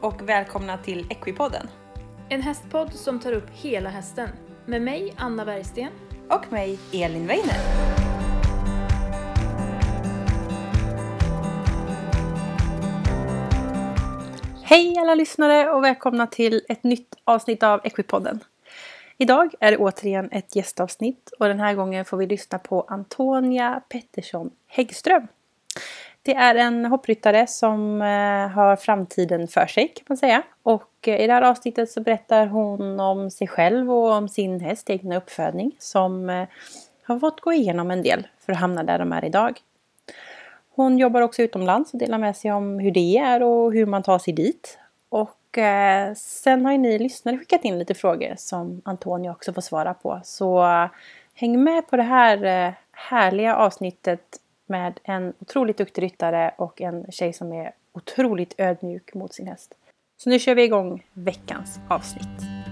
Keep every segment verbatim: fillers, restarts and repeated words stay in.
och välkomna till Equipodden. En hästpodd som tar upp hela hästen. Med mig, Anna Bergsten. Och mig, Elin Weiner. Hej alla lyssnare och välkomna till ett nytt avsnitt av Equipodden. Idag är det återigen ett gästavsnitt och den här gången får vi lyssna på Antonia Pettersson Häggström. Det är en hoppryttare som har framtiden för sig kan man säga. Och i det här avsnittet så berättar hon om sig själv och om sin häst egna uppfödning som har fått gå igenom en del för att hamna där de är idag. Hon jobbar också utomlands och delar med sig om hur det är och hur man tar sig dit. Och eh, sen har ju ni lyssnare skickat in lite frågor som Antonia också får svara på. Så eh, häng med på det här eh, härliga avsnittet med en otroligt duktig ryttare och en tjej som är otroligt ödmjuk mot sin häst. Så nu kör vi igång veckans avsnitt.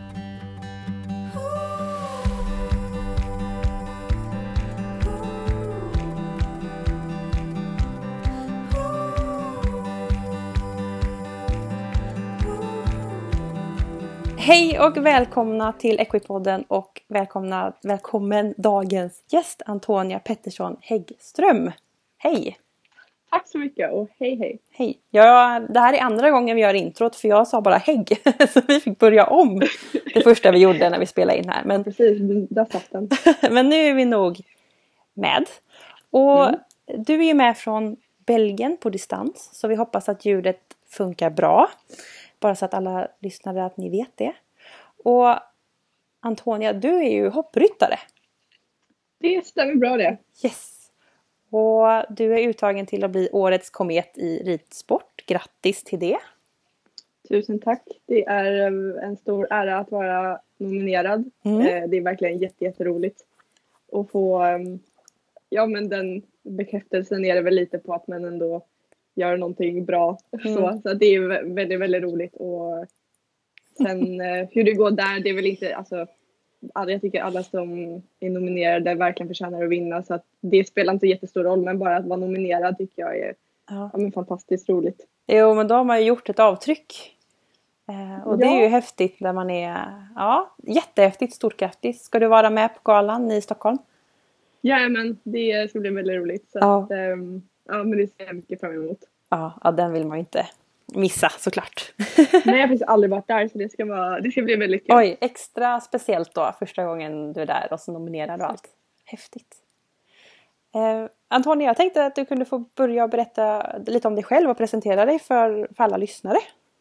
Hej och välkomna till Equipodden och välkomna, välkommen dagens gäst Antonia Pettersson Häggström. Hej! Tack så mycket och hej hej! Hej! Ja, det här är andra gången vi gör introt för jag sa bara hägg. Så vi fick börja om det första vi gjorde när vi spelade in här. Men, precis, där satt den. Men nu är vi nog med. Och mm. du är ju med från Belgien på distans. Så vi hoppas att ljudet funkar bra. Bara så att alla lyssnare att ni vet det. Och Antonia, du är ju hoppryttare. Det stämmer bra det. Yes. Och du är uttagen till att bli årets komet i ridsport. Grattis till det. Tusen tack. Det är en stor ära att vara nominerad. Mm. Det är verkligen jätte, jätteroligt. Och få, ja men den bekräftelsen är det väl lite på att man ändå gör någonting bra. Mm. Så, så det är väldigt, väldigt roligt. Och sen hur det går där, det är väl inte, alltså, jag tycker alla som är nominerade verkligen förtjänar att vinna. Så att det spelar inte jättestor roll, men bara att vara nominerad tycker jag är ja. Ja, men fantastiskt roligt. Jo, men då har man ju gjort ett avtryck. Eh, och ja. Det är ju häftigt när man är, ja, jättehäftigt, stort grattis. Ska du vara med på galan i Stockholm? Ja, men det ska bli väldigt roligt. Så ja. Att, um, ja, men det ser jag mycket fram emot. Ja, ja, den vill man ju inte missa såklart. Nej, jag har faktiskt aldrig varit där så det ska, vara, det ska bli väldigt kul. Oj, extra speciellt då första gången du är där och så nominerad och allt. Häftigt. Eh, Antonia, jag tänkte att du kunde få börja berätta lite om dig själv och presentera dig för, för alla lyssnare.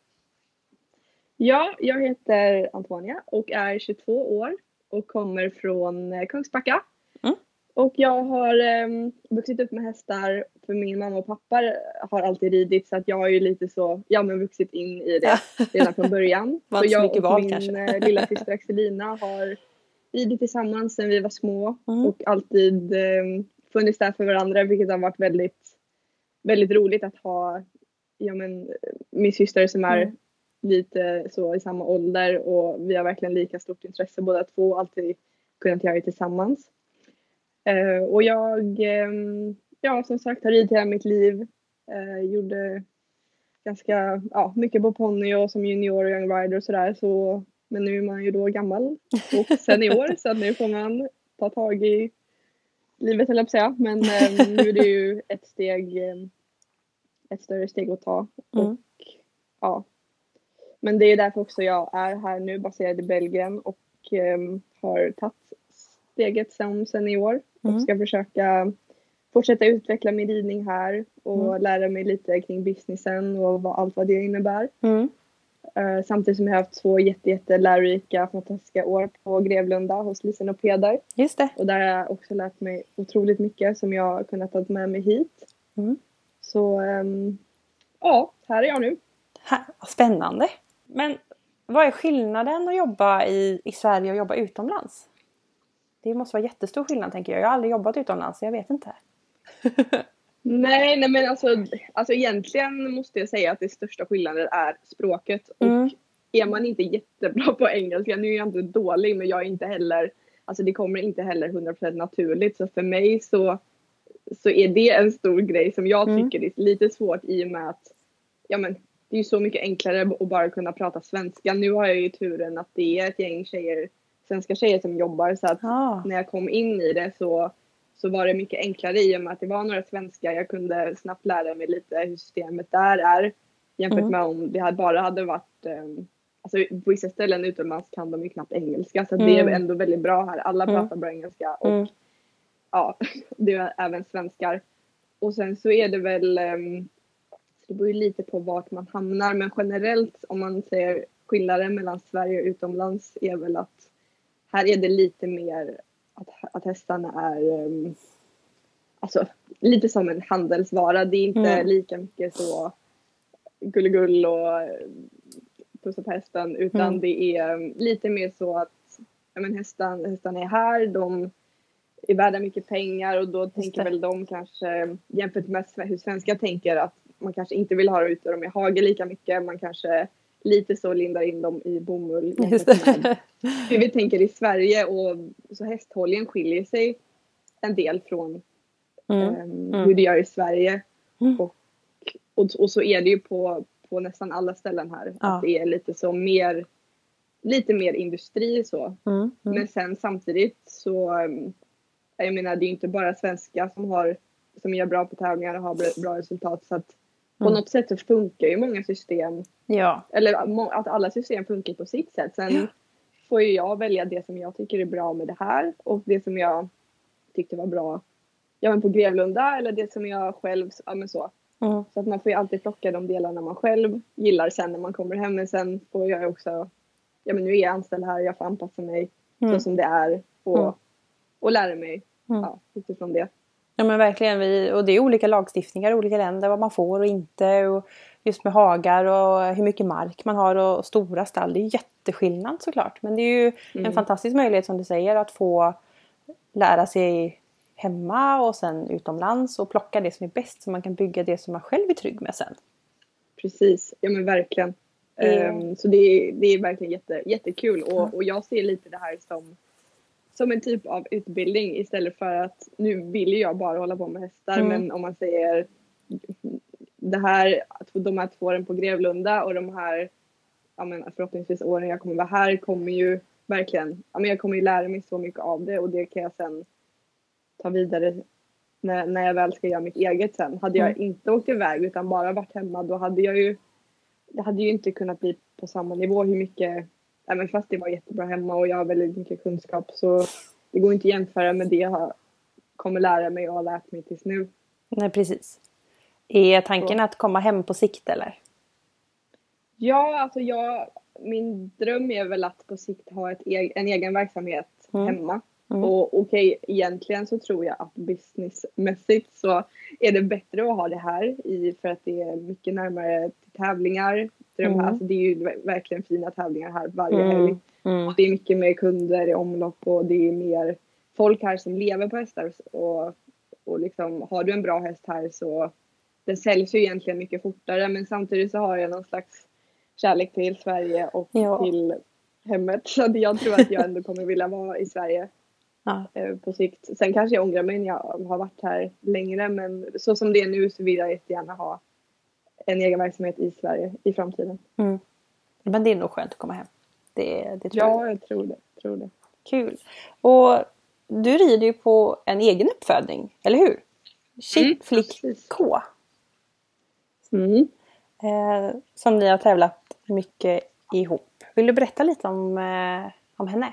Ja, jag heter Antonia och är tjugotvå år och kommer från Kungsbacka. Mm. Och jag har um, vuxit upp med hästar för min mamma och pappa har alltid ridit så att jag har ju lite så, ja men vuxit in i det redan från början. Så jag och val, min kanske. lilla syster Axelina har ridit tillsammans sedan vi var små mm. och alltid um, funnits där för varandra, vilket har varit väldigt, väldigt roligt att ha ja, men, min syster som är mm. lite så i samma ålder och vi har verkligen lika stort intresse båda två och alltid kunnat göra det tillsammans. Uh, och jag, um, ja som sagt har ridit hela mitt liv. Uh, gjorde ganska ja, mycket på ponny och som junior och young rider och sådär. Så, men nu är man ju då gammal och senior så att nu får man ta tag i livet eller att säga. Men um, nu är det ju ett steg, um, ett större steg att ta. Mm. Och ja, men det är därför också jag är här nu baserad i Belgien och um, har tagit steget som senior. Mm. Och ska försöka fortsätta utveckla min ridning här. Och mm. lära mig lite kring businessen och vad, allt vad det innebär. Mm. Uh, samtidigt som jag har haft två jätte, jätte lärorika, fantastiska år på Grevlunda hos Lisen och Peder. Just det. Och där har jag också lärt mig otroligt mycket som jag har kunnat ta med mig hit. Mm. Så um, ja, här är jag nu. Spännande. Men vad är skillnaden att jobba i, i Sverige och jobba utomlands? Det måste vara jättestor skillnad tänker jag. Jag har aldrig jobbat utomlands så jag vet inte. nej, nej men alltså, alltså egentligen måste jag säga att det största skillnaden är språket. Mm. Och är man inte jättebra på engelska, nu är jag inte dålig men jag är inte heller, alltså det kommer inte heller hundra procent naturligt. Så för mig så, så är det en stor grej som jag tycker mm. är lite svårt i och med att ja men det är ju så mycket enklare att bara kunna prata svenska. Nu har jag ju turen att det är ett gäng tjejer, svenska tjejer som jobbar. Så att Ah. när jag kom in i det så, så var det mycket enklare i och med att det var några svenskar. Jag kunde snabbt lära mig lite hur systemet där är. Jämfört Mm. med om det hade bara hade varit... Um, alltså på vissa ställen utomlands kan de ju knappt engelska. Så Mm. det är ändå väldigt bra här. Alla Mm. pratar bra engelska. Och Mm. ja, det är även svenskar. Och sen så är det väl... Um, det beror ju lite på vart man hamnar. Men generellt om man säger skillnaden mellan Sverige och utomlands är väl att här är det lite mer att, att hästarna är um, alltså lite som en handelsvara. Det är inte Mm. lika mycket så gulligull och pussa på hästen. Utan Mm. det är um, lite mer så att ja, men hästan, hästan är här. De är värda mycket pengar och då tänker väl de kanske jämfört med hur svenskar tänker att man kanske inte vill ha ut dem i hage lika mycket. Man kanske lite så lindar in dem i bomull. Just det. Hur vi tänker i Sverige och så hästhållningen skiljer sig en del från Mm. um, Mm. hur det gör i Sverige. Mm. Och, och, och så är det ju på, på nästan alla ställen här. Ja. Att det är lite så mer, lite mer industri så. Mm. Mm. Men sen samtidigt så, um, jag menar det är inte bara svenskar som har som gör bra på tävlingar och har bra, bra resultat. Så att på Mm. något sätt så funkar ju många system. Ja. Eller må- att alla system funkar på sitt sätt. Sen Ja. får ju jag välja det som jag tycker är bra med det här. Och det som jag tyckte var bra ja, men på Grevlunda. Eller det som jag själv, ja men så. Mm. Så att man får ju alltid plocka de delarna man själv gillar sen när man kommer hem. Men sen får jag också, ja men nu är jag anställd här. Jag får anpassa mig Mm. så som det är. Och, Mm. och lära mig Mm. ja, utifrån det. Ja men verkligen, vi, och det är olika lagstiftningar i olika länder vad man får och inte och just med hagar och hur mycket mark man har och stora stall, det är jätteskillnad såklart, men det är ju Mm. en fantastisk möjlighet som du säger att få lära sig hemma och sen utomlands och plocka det som är bäst så man kan bygga det som man själv är trygg med sen. Precis, ja men verkligen. Mm. Um, så det är, det är verkligen jätte, jättekul och, och jag ser lite det här som som en typ av utbildning istället för att nu vill ju jag bara hålla på med hästar Mm. men om man säger det här, de här två åren på Grevlunda och de här ja men förhoppningsvis åren jag kommer vara här kommer ju verkligen, ja men jag kommer ju lära mig så mycket av det och det kan jag sen ta vidare när, när jag väl ska göra mitt eget sen. Hade jag Mm. inte åkt iväg utan bara varit hemma då hade jag ju det hade ju inte kunnat bli på samma nivå hur mycket även fast det var jättebra hemma och jag har väldigt mycket kunskap så det går inte att jämföra med det jag kommer lära mig och har lärt mig tills nu. Nej precis. Är tanken Så. att komma hem på sikt eller? Ja, alltså jag, min dröm är väl att på sikt ha ett, e- en egen verksamhet Mm. hemma. Mm. Och okej, egentligen så tror jag att businessmässigt så är det bättre att ha det här i för att det är mycket närmare till tävlingar. De här, Mm. alltså det är ju ver- verkligen fina tävlingar här varje helg. Mm. Mm. Och det är mycket mer kunder i omlopp och det är mer folk här som lever på hästar. Och, och liksom, har du en bra häst här så den säljs ju egentligen mycket fortare. Men samtidigt så har jag någon slags kärlek till Sverige och Ja. till hemmet. Så att jag tror att jag ändå kommer vilja vara i Sverige Ja. eh, på sikt. Sen kanske jag ångrar mig när jag har varit här längre. Men så som det är nu så vill jag jättegärna ha en egen verksamhet i Sverige i framtiden. Mm. Men det är nog skönt att komma hem. Det, det tror jag. Ja, jag tror det. Tror det. Kul. Och du rider ju på en egen uppfödning, eller hur? Chickflick precis. K. Mm. Eh, som ni har tävlat mycket ihop. Vill du berätta lite om, eh, om henne?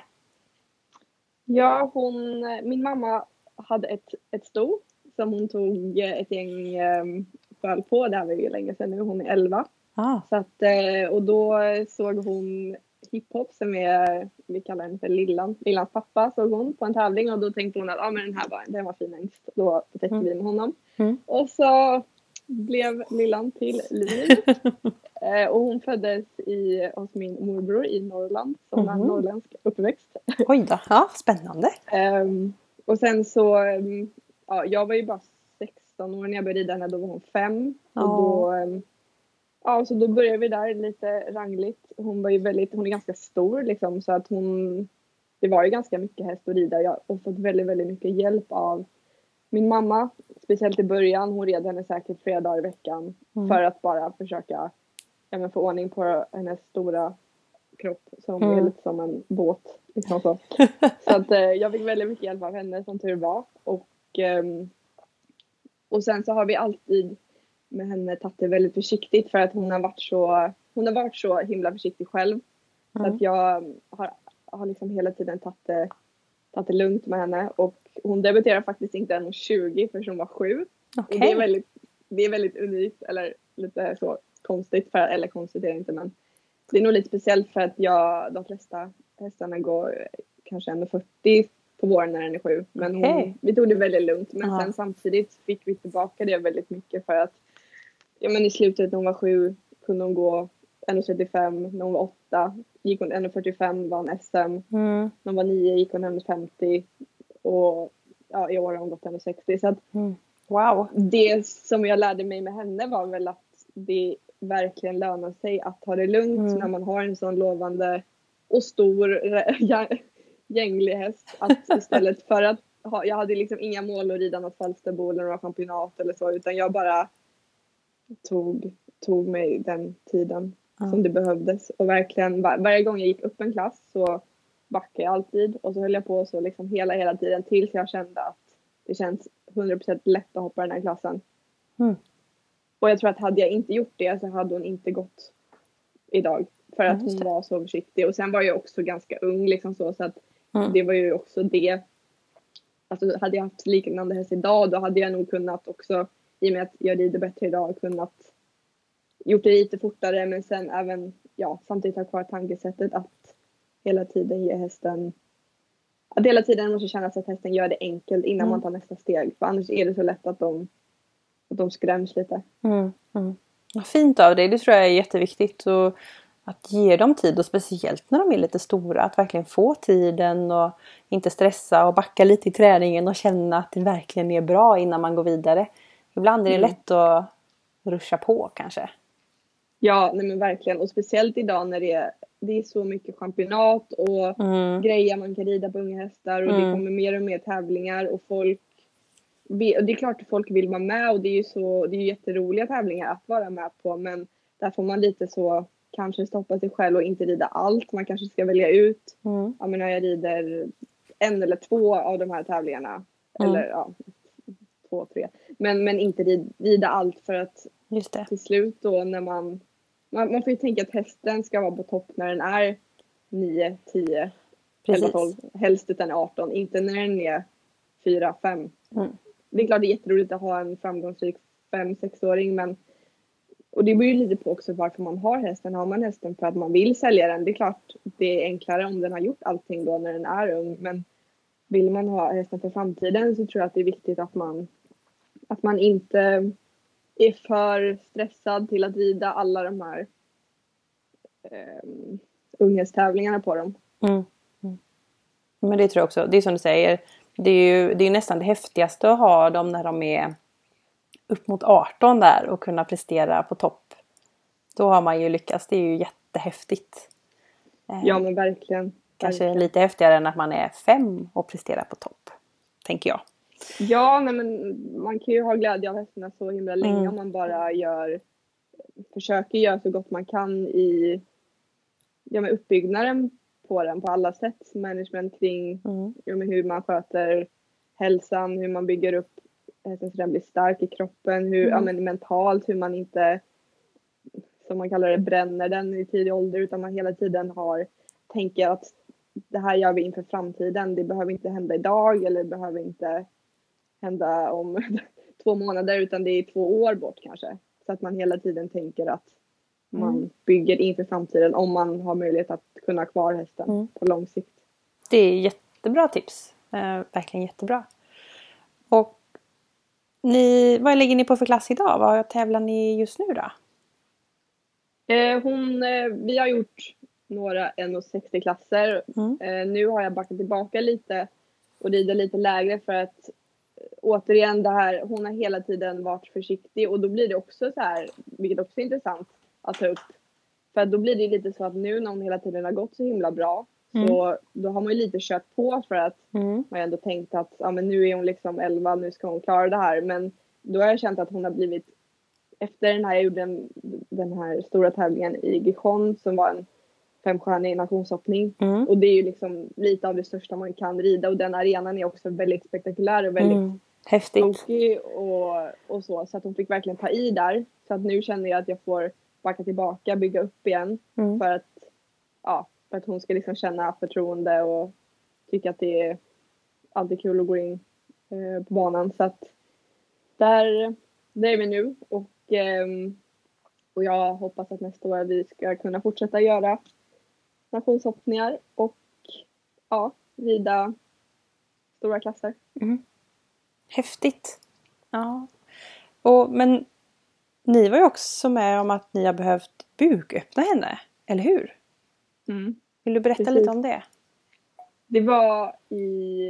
Ja, hon, min mamma hade ett, ett sto som hon tog ett gäng um, föl på. Det här var ju länge sedan nu, hon är elva. Ah. Så att, eh, och då såg hon hiphop som är, vi kallar henne för Lillan. Lillans pappa såg hon på en tävling och då tänkte hon att ah, men den här var, den var fin längst. Då täckte Mm. vi med honom. Mm. Och så blev Lillan till Liv. eh, och hon föddes i, hos min morbror i Norrland som Mhm. är norrländsk uppväxt. Oj då, ja, spännande. Um, och sen så, um, ja, jag var ju bara sexton år när jag började rida henne, då var hon fem. Ja. Och då, um, ja, så då började vi där lite rangligt. Hon var ju väldigt, hon är ganska stor liksom, så att hon, det var ju ganska mycket häst att rida. Jag har fått väldigt, väldigt mycket hjälp av min mamma, speciellt i början. Hon red henne säkert flera dagar i veckan Mm. för att bara försöka ja, men få ordning på hennes stora kropp som Mm. är lite som en båt. Liksom så så att, eh, jag fick väldigt mycket hjälp av henne som tur var. Och, ehm, och sen så har vi alltid med henne tagit det väldigt försiktigt för att hon har varit så, hon har varit så himla försiktig själv. Så Mm. att jag har, har liksom hela tiden tagit det, tagit det lugnt med henne. Och hon debuterade faktiskt inte än tjugo för hon var sju. Okej. Och det är väldigt, det är väldigt unikt eller lite så konstigt, för, eller konstigt är det inte, men det är nog lite speciellt för att jag, de flesta hästarna går kanske en fyrtio på våren när den är sju. Men hon, Okej. vi tog det väldigt lugnt. Men Ja. sen samtidigt fick vi tillbaka det väldigt mycket för att ja, men i slutet när hon var sju kunde hon gå en trettiofem, när hon var åtta gick hon en fyrtiofem, vann S M. Mm. När hon var nio gick hon en femtio och ja, i år har hon gått en sextio. Så att Mm. Wow. det som jag lärde mig med henne var väl att det verkligen lönar sig att ta det lugnt Mm. när man har en sån lovande och stor gä- gänglig häst. Att istället för att ha, jag hade liksom inga mål att rida något Falsterbo eller några championat eller så, utan jag bara tog, tog mig den tiden Ja. som det behövdes. Och verkligen var, varje gång jag gick upp en klass så backade jag alltid och så höll jag på så liksom hela hela tiden tills jag kände att det känns hundra procent lätt att hoppa den här klassen. Mm. Och jag tror att hade jag inte gjort det så hade hon inte gått idag. För Ja, att just hon det. var så försiktig. Och sen var jag också ganska ung liksom så. Så att Mm. det var ju också det. Alltså hade jag haft liknande häst idag då hade jag nog kunnat också, i och med att jag rider bättre idag, kunnat gjort det lite fortare. Men sen även, ja, samtidigt ha kvar tankesättet att hela tiden ge hästen, att hela tiden måste känna sig att hästen gör det enkelt innan Mm. man tar nästa steg. För annars är det så lätt att de, att de skräms lite. Mm. Mm. Vad fint av dig. Det tror jag är jätteviktigt. Och att ge dem tid. Och speciellt när de är lite stora. Att verkligen få tiden. Och inte stressa. Och backa lite i träningen. Och känna att det verkligen är bra innan man går vidare. Ibland är det Mm. lätt att ruscha på kanske. Ja, nej men verkligen. Och speciellt idag när det är, det är så mycket championat och Mm. grejer man kan rida på unga hästar. Och Mm. det kommer mer och mer tävlingar. Och folk, och det är klart att folk vill vara med. Och det är ju så, det är ju jätteroliga tävlingar att vara med på. Men där får man lite så kanske stoppa sig själv och inte rida allt. Man kanske ska välja ut. Mm. Ja, men när jag rider en eller två av de här tävlingarna. Mm. Eller ja, två, tre. Men, men inte rid, rida allt för att Just det. till slut då när man, man, man får ju tänka att hästen ska vara på topp när den är nio, tio, elva, tolv, helst utan arton, inte när den är fyra, fem. Mm. Det är klart det är jätteroligt att ha en framgångsrik fem, sexåring, men och det beror ju lite på också varför man har hästen. Har man hästen för att man vill sälja den, det är klart det är enklare om den har gjort allting då när den är ung, men vill man ha hästen för framtiden så tror jag att det är viktigt att man att man inte är för stressad till att rida alla de här um, unghästtävlingarna på dem. Mm. Mm. Men det tror jag också. Det är som du säger. Det är ju det är nästan det häftigaste att ha dem när de är upp mot arton där. Och kunna prestera på topp. Då har man ju lyckats. Det är ju jättehäftigt. Eh, Ja men verkligen. kanske verkligen. lite häftigare än att man är fem och presterar på topp. Tänker jag. Ja nej, men man kan ju ha glädje av hästarna så himla länge Mm. om man bara gör försöker göra så gott man kan i ja, med uppbyggnaden på den på alla sätt. Management kring Mm. ja, med hur man sköter hälsan, hur man bygger upp hästen så den blir stark i kroppen, hur, Mm. ja, men mentalt, hur man inte som man kallar det bränner den i tidig ålder utan man hela tiden har tänker att det här gör vi inför framtiden. Det behöver inte hända idag eller det behöver inte hända om två månader utan det är två år bort kanske. Så att man hela tiden tänker att man Mm. bygger inför framtiden om man har möjlighet att kunna ha kvar hästen Mm. på lång sikt. Det är jättebra tips. Eh, verkligen jättebra. Och ni, vad lägger ni på för klass idag? Vad tävlar ni just nu då? Eh, hon, eh, vi har gjort några en sextio klasser. Mm. Eh, nu har jag backat tillbaka lite och rider lite lägre för att eh, återigen det här, hon har hela tiden varit försiktig och då blir det också så här, vilket också är intressant att ta upp. För att då blir det lite så att nu när hon hela tiden har gått så himla bra Mm. så då har man ju lite kört på för att Mm. man ändå tänkt att ja, men nu är hon liksom elva, nu ska hon klara det här. Men då har jag känt att hon har blivit efter den här, jag gjorde den, den här stora tävlingen i Gijon som var en femstjärnig nationshoppning. Mm. Och det är ju liksom lite av det största man kan rida. Och den arenan är också väldigt spektakulär och väldigt Mm. Häftigt. tokig och, och så. Så att hon fick verkligen ta i där. Så att nu känner jag att jag får backa tillbaka, bygga upp igen. Mm. För att, ja, för att hon ska liksom känna förtroende och tycka att det är alltid kul att gå in eh, på banan. Så att där, där är vi nu. Och, eh, och jag hoppas att nästa år vi ska kunna fortsätta göra nationshoppningar och ja, rida stora klasser. Mm. Häftigt. Ja. Och, men ni var ju också med om att ni har behövt buköppna henne, eller hur? Mm. Vill du berätta Precis. lite om det? Det var i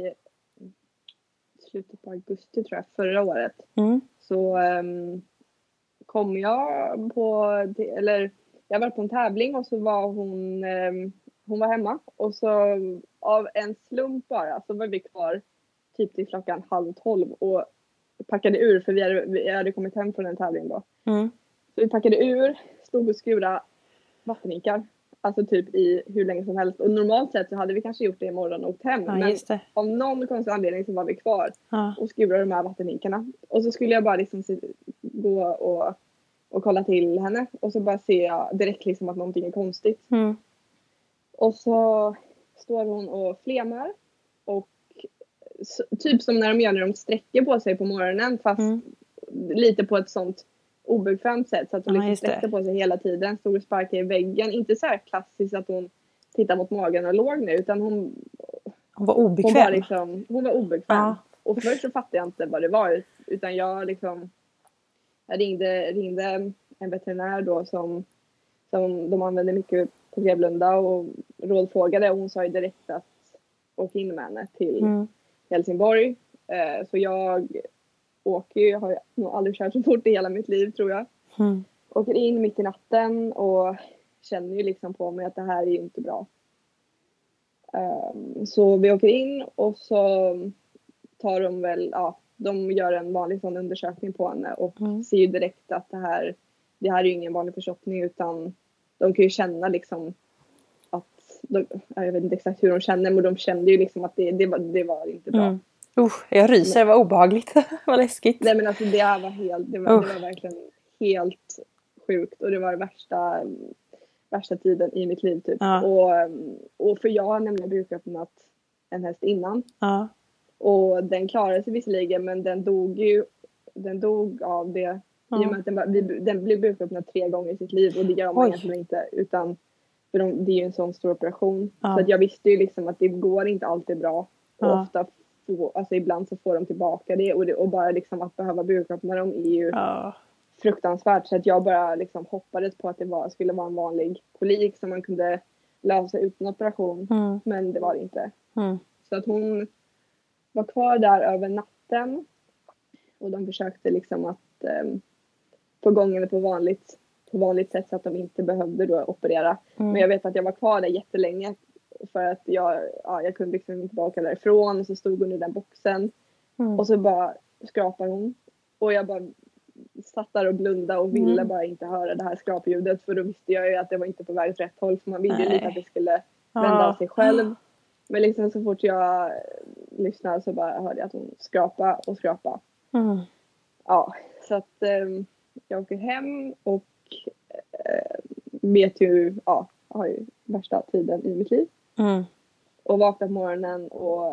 slutet på augusti tror jag, förra året. Mm. Så um, kom jag på, eller jag var på en tävling och så var hon, um, hon var hemma. Och så av en slump bara så var vi kvar typ till klockan halv tolv och packade ur för vi hade, vi hade kommit hem från en tävling då. Mm. Så vi packade ur, stod och skura vattenhinkar. Alltså typ i hur länge som helst. Och normalt sett så hade vi kanske gjort det imorgon och åkt hem. Ja, men just det. av någon konstig anledning så var vi kvar. Ja. Och skurade de här vattenhinkarna. Och så skulle jag bara liksom se, gå och, och kolla till henne. Och så bara ser jag direkt liksom att någonting är konstigt. Mm. Och så står hon och flemar. Och så, typ som när de gör när de sträcker på sig på morgonen. Fast Mm. lite på ett sånt obekvämt sätt. Så att hon Ja, liksom just det. sträckte på sig hela tiden. Stod och sparkade i väggen. Inte så här klassiskt att hon tittar mot magen och låg nu. Utan hon, Hon var obekväm. hon var, liksom, hon var obekväm. Ja. Och först så fattade jag inte vad det var. Utan jag liksom. Jag ringde, ringde en veterinär då som, som de använder mycket på Grevlunda. Och rådfrågade. Och hon sa ju direkt att åka in med henne till Mm. Helsingborg. Eh, så jag åker ju, har nog aldrig kört så fort i hela mitt liv tror jag. Mm. Åker in mitt i natten och känner ju liksom på mig att det här är ju inte bra. Um, så vi åker in och så tar de väl, ja, de gör en vanlig sån undersökning på henne och Mm. ser ju direkt att det här, det här är ju ingen vanlig förstoppning utan de kan ju känna liksom att, de, jag vet inte exakt hur de känner men de kände ju liksom att det, det, var, det var inte bra. Mm. Uh, jag ryser, det var obehagligt. Vad läskigt. Nej men alltså det här var helt, det var, Uh. det var verkligen helt sjukt och det var det värsta, värsta tiden i mitt liv typ. Ja. Och, och för jag har nämligen buköppnat en häst innan Ja. och den klarade sig visserligen men den dog ju, den dog av det Ja. i och med att den, bara, den blev buköppnad tre gånger i sitt liv och det gör man Oj. egentligen inte utan för de, det är ju en sån stor operation. Ja. Så att jag visste ju liksom att det går inte alltid bra och Ja. ofta få, alltså ibland så får de tillbaka det och, det, och bara liksom att behöva buköppna dem är ju Ja. fruktansvärt så att jag bara liksom hoppades på att det var, skulle vara en vanlig kolik som man kunde lösa utan operation Mm. men det var det inte. Mm. Så att hon var kvar där över natten och de försökte liksom att um, få igång henne på vanligt, på vanligt sätt så att de inte behövde då operera. Mm. Men jag vet att jag var kvar där jättelänge för att jag, ja, jag kunde liksom inte bara åka därifrån och så stod hon i den boxen Mm. och så bara skrapar hon och jag bara satt där och blundade och ville Mm. bara inte höra det här skrapljudet för då visste jag ju att det var inte på väg åt rätt håll för man ville ju Nej. lite att det skulle vända Ja. av sig själv. Men liksom så fort jag lyssnade så bara hörde jag att hon skrapa och skrapa. Mm. Ja, så att eh, jag åker hem och eh, vet ju, ja, har ju värsta tiden i mitt liv. Mm. Och vaknar på morgonen och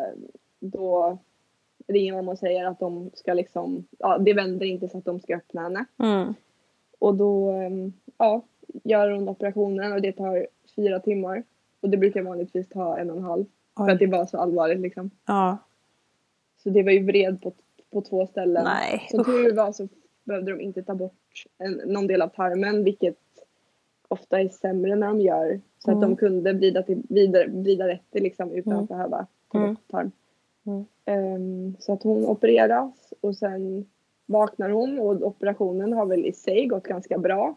då ringer mamma och säger att de ska liksom, ja det vänder inte så att de ska öppna henne. Mm. Och då, eh, ja, gör hon operationen och det tar fyra timmar. Och det brukar vanligtvis ta en och en halv. För Oj. att det var så allvarligt liksom. Ja. Så det var ju vred på, på två ställen. Nej. Som Usch. tur var så behövde de inte ta bort en, någon del av tarmen. Vilket ofta är sämre när de gör. Så Mm. att de kunde vrida, till, vidare, vrida rätt det liksom utan Mm. att behöva ta Mm. bort tarm. Mm. Um, så att hon opereras. Och sen vaknar hon. Och operationen har väl i sig gått ganska bra.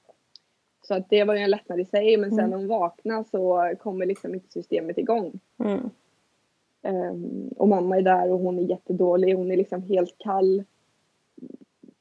Så att det var ju en lättnad i sig. Men sen Mm. när hon vaknar så kommer liksom inte systemet igång. Mm. Um, och mamma är där och hon är jättedålig. Hon är liksom helt kall.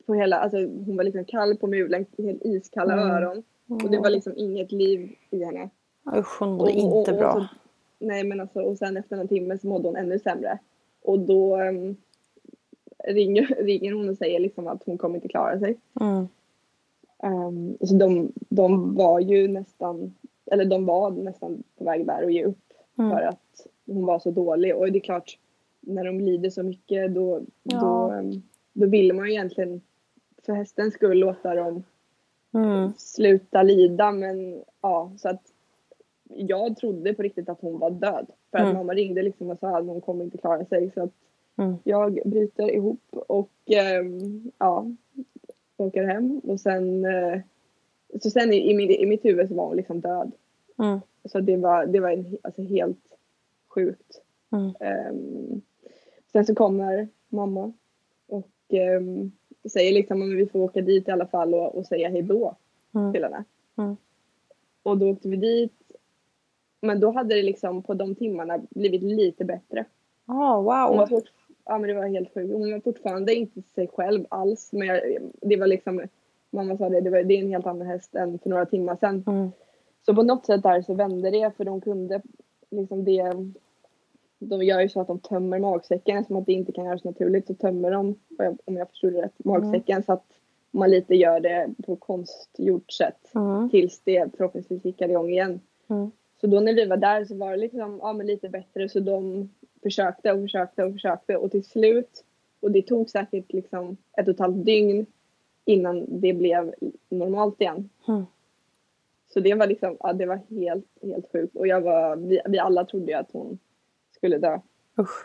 på hela, alltså hon var liksom kall på mulen, helt iskalla Mm. öron. Och det var liksom inget liv i henne. Usch, hon mådde inte bra. Så, nej men alltså, och sen efter en timme så mådde hon ännu sämre. Och då um, ringer, ringer hon och säger liksom att hon kommer inte klara sig. Mm. Um, så de, de var ju nästan, eller de var nästan på väg där att ge upp. Mm. För att hon var så dålig. Och det är klart, när de lider så mycket då, Ja. då, um, då vill man ju egentligen för hästens skull låta dem Mm. sluta lida. Men ja, så att jag trodde på riktigt att hon var död. För att Mm. mamma ringde liksom och sa att hon kommer inte klara sig. Så att Mm. jag bryter ihop och um, ja, åker hem. Och sen, uh, så sen i, i, min, i mitt huvud så var hon liksom död. Mm. Så det var, det var en, alltså helt sjukt. Mm. Um, sen så kommer mamma och um, säger liksom att vi får åka dit i alla fall och, och säga hej då Mm. till henne. Mm. Och då åkte vi dit. Men då hade det liksom på de timmarna blivit lite bättre. Oh, Hon var wow. fort, ja men det var helt sjukt. Hon var fortfarande inte sig själv alls. Men jag, det var liksom, mamma sa det, det, var, det är en helt annan häst än för några timmar sedan. Mm. Så på något sätt där så vände det, för de kunde liksom det, de gör ju så att de tömmer magsäcken, som att det inte kan göras naturligt, så tömmer de, om jag förstod det rätt, magsäcken mm. så att man lite gör det på konstgjort sätt Mm. tills det förhoppningsvis gick igång igen. Mm. Så då när vi var där så var det liksom, ja men lite bättre, så de försökte och försökte och försökte och till slut, och det tog säkert liksom ett och ett halvt dygn innan det blev normalt igen. Mm. Så det var liksom, ja det var helt, helt sjukt. Och jag var, vi, vi alla trodde ju att hon skulle dö. Usch.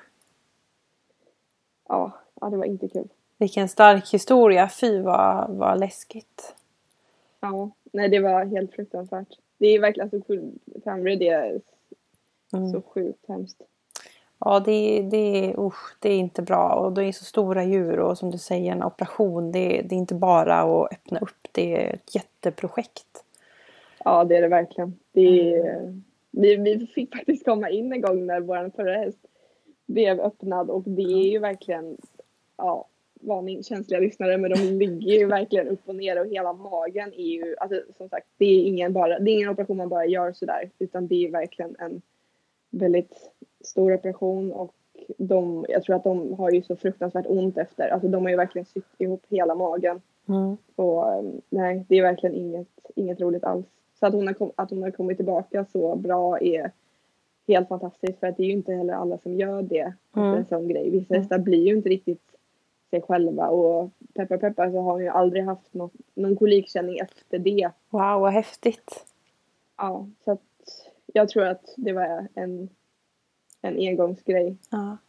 Ja, ja, det var inte kul. Vilken stark historia. Fy vad, vad läskigt. Ja, nej det var helt fruktansvärt. Det är verkligen så sjukt. Det är Mm. så sjukt hemskt. Ja, det, det, usch, det är inte bra. Och det är så stora djur. Och som du säger, en operation. Det, det är inte bara att öppna upp. Det är ett jätteprojekt. Ja, det är det verkligen. Det är, vi, vi fick faktiskt komma in en gång när vår förra häst blev öppnad. Och det är ju verkligen, ja, varning känsliga lyssnare, men de ligger ju verkligen upp och ner. Och hela magen är ju, alltså som sagt, det är ingen, bara, det är ingen operation man bara gör sådär. Utan det är verkligen en väldigt stor operation. Och de, jag tror att de har ju så fruktansvärt ont efter. Alltså de har ju verkligen sytt ihop hela magen. Mm. Och nej, det är verkligen inget, inget roligt alls. Så att hon, har kom, att hon har kommit tillbaka så bra är helt fantastiskt. För att det är ju inte heller alla som gör det. Mm. En sån grej. Vissa hästar blir ju inte riktigt sig själva. Och peppar peppar så har hon ju aldrig haft något, någon kolikkänning efter det. Wow, vad häftigt. Ja, så att jag tror att det var en, en engångsgrej. Ja.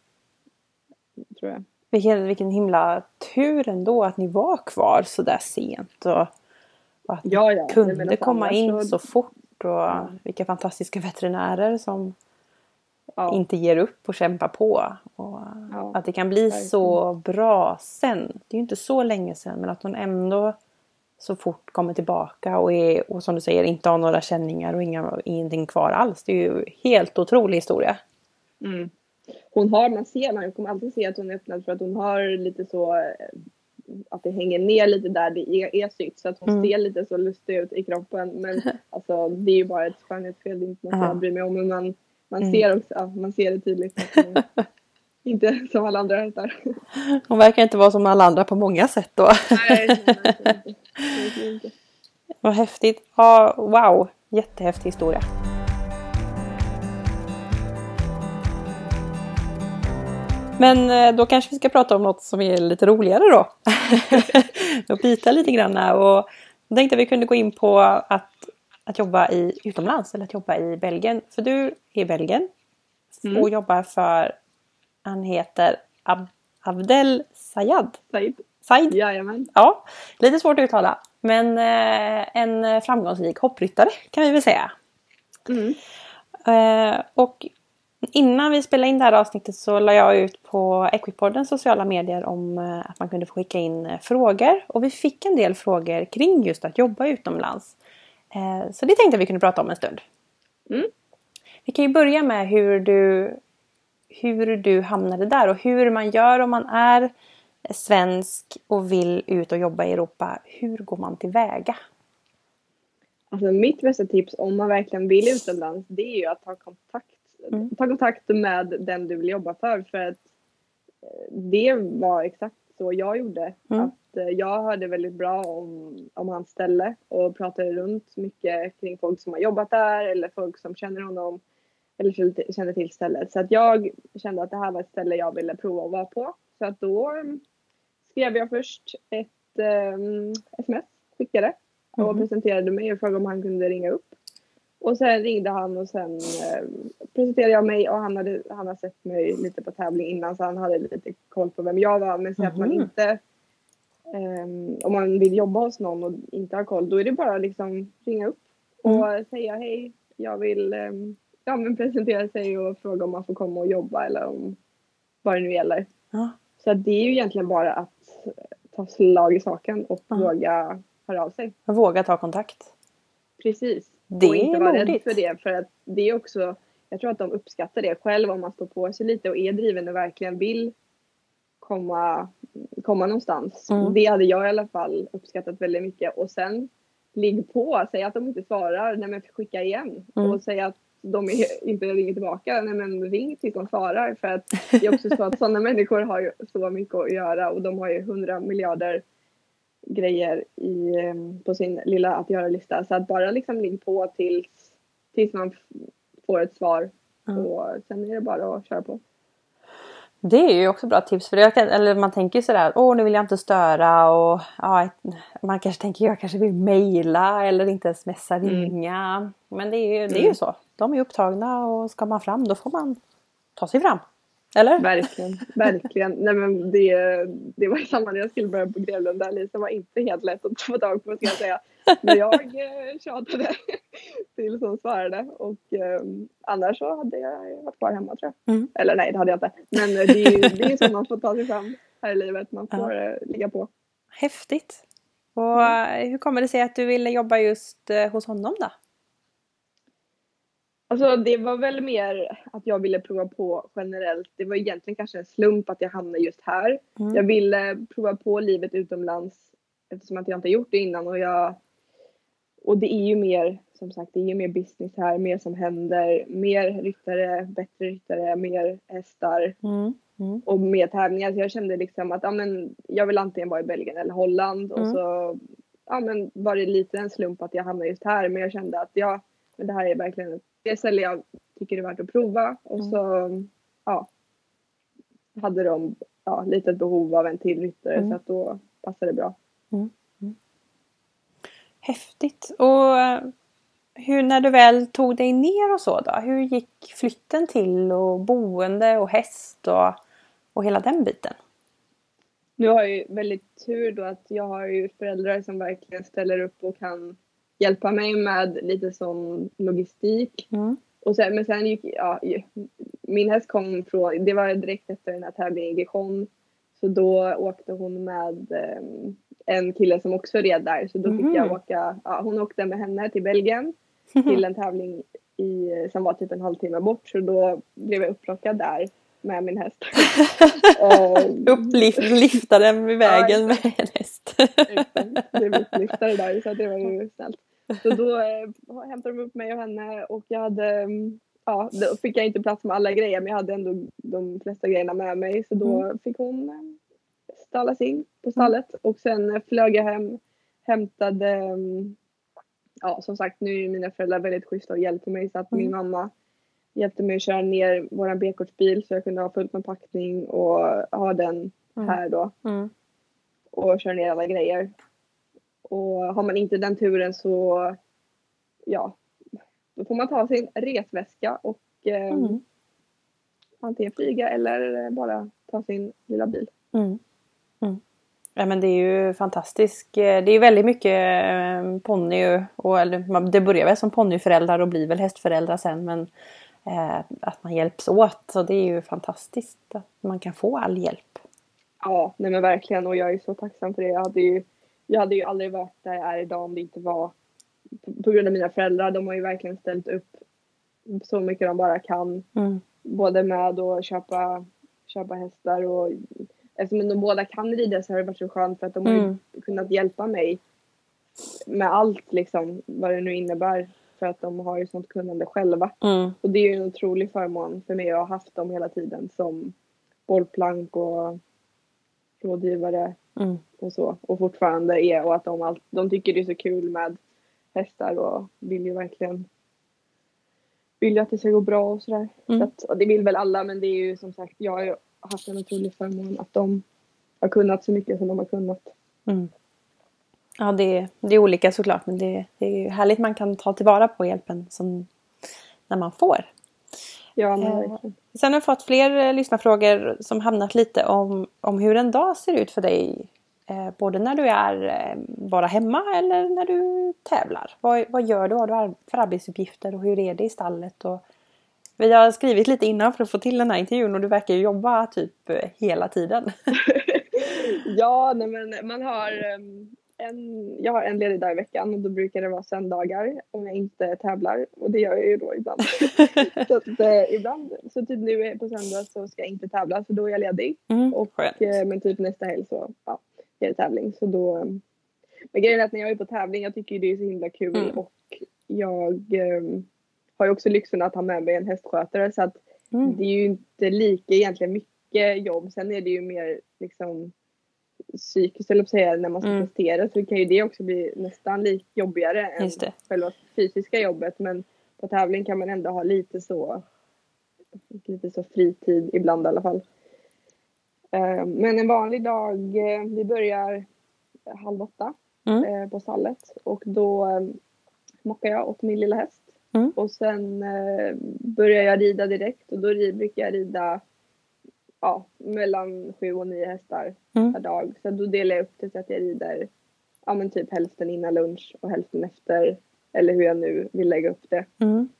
Tror jag. Vilken, vilken himla tur ändå att ni var kvar så där sent. Och, och att Ja, ja. ni kunde Men alltså komma in annars så fort. Och Ja. vilka fantastiska veterinärer som Ja. inte ger upp och kämpar på. Och Ja, att det kan bli verkligen. så bra sen. Det är ju inte så länge sen. Men att hon ändå så fort kommer tillbaka. Och, är, och som du säger, inte har några känningar och inga, ingenting kvar alls. Det är ju helt otrolig historia. Mm. Hon har, man ser, man kommer alltid se att hon är öppnad, för att hon har lite så, att det hänger ner lite där det är, är sytt, så att hon Mm. ser lite så lustig ut i kroppen. Men alltså det är ju bara ett skönhetsfel, det är inte något Aha. jag bryr mig om. Men man, man Mm. ser också, ja, man ser det tydligt. Att hon är inte som alla andra hästar. Hon verkar inte vara som alla andra på många sätt då. Nej, nej, verkligen inte. Verkligen inte. Vad häftigt. Ja, wow. Jättehäftig historia. Men eh, då kanske vi ska prata om något som är lite roligare då. Och byta lite grann. Och jag tänkte att vi kunde gå in på att, att jobba i utomlands. Eller att jobba i Belgien. För du är i Belgien. Mm. Och jobbar för, han heter Ab- Abdel Sayad. Said. Said. Jajamän. Ja, lite svårt att uttala. Men eh, en framgångsrik hoppryttare kan vi väl säga. Mm. Eh, och innan vi spelade in det här avsnittet så la jag ut på Equipoddens sociala medier om eh, att man kunde få skicka in eh, frågor. Och vi fick en del frågor kring just att jobba utomlands. Eh, så det tänkte jag vi kunde prata om en stund. Mm. Vi kan ju börja med hur du, hur du hamnade där och hur man gör om man är är svensk och vill ut och jobba i Europa. Hur går man tillväga? Alltså mitt bästa tips om man verkligen vill utomlands, det är ju att ta kontakt. Mm. Ta kontakt med den du vill jobba för. För att det var exakt så jag gjorde. Mm. Att jag hörde väldigt bra om, om hans ställe och pratade runt mycket kring folk som har jobbat där eller folk som känner honom eller känner till stället. Så att jag kände att det här var ett ställe jag ville prova att vara på. Så att då skrev jag först ett um, sms, skickade och mm. presenterade mig och frågade om han kunde ringa upp. Och sen ringde han och sen eh, presenterade jag mig och han hade, han hade sett mig lite på tävling innan så han hade lite koll på vem jag var. Men så mm. att man inte, eh, om man vill jobba hos någon och inte har koll, då är det bara liksom ringa upp och mm. säga hej, jag vill eh, ja, men presentera sig och fråga om man får komma och jobba eller om vad det nu gäller. Mm. Så det är ju egentligen bara att ta slag i saken och mm. våga höra av sig. Våga ta kontakt. Precis. Det och inte är vara modigt. rädd för det. För att det är också, jag tror att de uppskattar det själv om man står på sig lite och är driven och verkligen vill komma, komma någonstans. Mm. Det hade jag i alla fall uppskattat väldigt mycket. Och sen ligg på, säg att de inte svarar, nej men skicka igen. Mm. Och säga att de är, inte ringer tillbaka, nej men ring tills de svarar. För att det är också så att sådana människor har ju så mycket att göra och de har ju hundra miljarder grejer i, på sin lilla att göra-lista. Så att bara liksom ligga på tills, tills man får ett svar. Mm. Och sen är det bara att köra på. Det är ju också bra tips. För det, eller man tänker sådär, åh nu vill jag inte störa. Och ja, man kanske tänker, jag kanske vill mejla eller inte smsa, ringa. Mm. Men det är, ju, det är ju så. De är upptagna och ska man fram, då får man ta sig fram. Eller? Verkligen, verkligen. Nej, men det, det var samma när jag skulle börja på Grevlunda. Lisa var inte helt lätt att få tag på, ska jag säga. Men jag eh, tjatade till som svarade. Och eh, annars så hade jag varit kvar hemma, tror jag. Mm. Eller nej, det hade jag inte. Men det är ju det är så man får ta sig fram här i livet. Man får ja. eh, ligga på. Häftigt. Och mm. hur kommer det sig att du ville jobba just eh, hos honom då? Alltså det var väl mer att jag ville prova på generellt. Det var egentligen kanske en slump att jag hamnade just här. Mm. Jag ville prova på livet utomlands eftersom att jag inte gjort det innan. Och, jag, och det är ju mer, som sagt, det är ju mer business här. Mer som händer. Mer ryttare, bättre ryttare, mer hästar. Mm. Mm. Och mer tävlingar. Så jag kände liksom att ja, men, jag vill antingen vara i Belgien eller Holland. Mm. Och så ja, men, var det lite en slump att jag hamnade just här. Men jag kände att ja, men det här är verkligen ett det ställe jag tycker det är värt att prova. Och så mm. ja, hade de ja, lite ett behov av en till ryttare. Mm. Så att då passade det bra. Mm. Mm. Häftigt. Och hur, när du väl tog dig ner och så då? Hur gick flytten till och boende och häst och, och hela den biten? Nu har jag ju väldigt tur då att jag har ju föräldrar som verkligen ställer upp och kan hjälpa mig med lite sån logistik. Mm. Och sen, men sen gick, ja, min häst kom från, det var direkt efter den här tävlingen i Gijon. Så då åkte hon med um, en kille som också red där. Så då fick mm. jag åka, ja, hon åkte med henne till Belgien. Till en tävling i, som var typ en halvtimme bort. Så då blev jag upplockad där med min häst. Uppliftade den vid vägen ja, med en häst. Det blev uppliftade där så det var ju snällt. Så då eh, hämtade de upp mig och henne och jag hade, ja, då fick jag inte plats med alla grejer men jag hade ändå de flesta grejerna med mig. Så då mm. fick hon eh, stallas in på stallet mm. och sen eh, flög jag hem, hämtade, um, ja som sagt nu är mina föräldrar väldigt schyssta och hjälper mig så att mm. min mamma hjälpte mig att köra ner våran B-kortsbil så jag kunde ha fullt med packning och ha den mm. här då. Mm. Och köra ner alla grejer. Och har man inte den turen så ja, då får man ta sin resväska och eh, mm. antingen flyga eller bara ta sin lilla bil. Mm. Mm. Ja, men det är ju fantastiskt. Det är väldigt mycket ponny och eller, det börjar väl som ponnyföräldrar och blir väl hästföräldrar sen men eh, att man hjälps åt så det är ju fantastiskt att man kan få all hjälp. Ja, nej men verkligen och jag är så tacksam för det. Jag hade ju Jag hade ju aldrig varit där jag är idag om det inte var på grund av mina föräldrar. De har ju verkligen ställt upp så mycket de bara kan. Mm. Både med att köpa, köpa hästar och eftersom de båda kan rida så har det varit så skönt för att de Mm. har ju kunnat hjälpa mig med allt liksom, vad det nu innebär, för att de har ju sånt kunnande själva. Mm. Och det är ju en otrolig förmån för mig att ha haft dem hela tiden som bollplank och rådgivare Mm. och så. Och fortfarande är, och att de, all, de tycker det är så kul med hästar och vill ju verkligen vill ju att det ska gå bra och sådär. Mm. Så att, och det vill väl alla, men det är ju som sagt, jag har ju haft en otrolig förmån att de har kunnat så mycket som de har kunnat. Mm. Ja, det, det är olika såklart, men det, det är ju härligt man kan ta tillvara på hjälpen som när man får. Ja, men Eh, verkligen. Sen har jag fått fler eh, lyssnarfrågor som hamnat lite om, om hur en dag ser ut för dig. Eh, både när du är eh, bara hemma eller när du tävlar. Vad, vad gör du? Vad har du för arbetsuppgifter och hur är det i stallet? Och vi har skrivit lite innan för att få till den här intervjun och du verkar ju jobba typ eh, hela tiden. Ja, nej, men man har um, en, jag har en ledig dag i veckan och då brukar det vara söndagar om jag inte tävlar, och det gör jag ju då ibland. så att, eh, ibland, så typ nu på söndag så ska jag inte tävla, så då är jag ledig. Mm, och, skönt. eh, men typ nästa helg så ja, är det tävling. Så då, um, men grejen är att när jag är på tävling, jag tycker ju det är så himla kul Mm. och jag um, har ju också lyxen att ha med mig en hästskötare, så att Mm. det är ju inte lika egentligen mycket jobb. Sen är det ju mer liksom psykiskt, eller att säga, när man ska Mm. prestera, så kan ju det också bli nästan lite jobbigare än Just det. själva fysiska jobbet. Men på tävling kan man ändå ha lite så lite så fritid ibland i alla fall. Eh, Men en vanlig dag, eh, vi börjar halv åtta Mm. eh, på stallet, och då eh, mockar jag åt min lilla häst. Mm. Och sen eh, börjar jag rida direkt, och då ri- brukar jag rida ja, mellan sju och nio hästar Mm. per dag. Så då delar jag upp det så att jag rider ja, men typ hälften innan lunch och hälften efter, eller hur jag nu vill lägga upp det. Mm.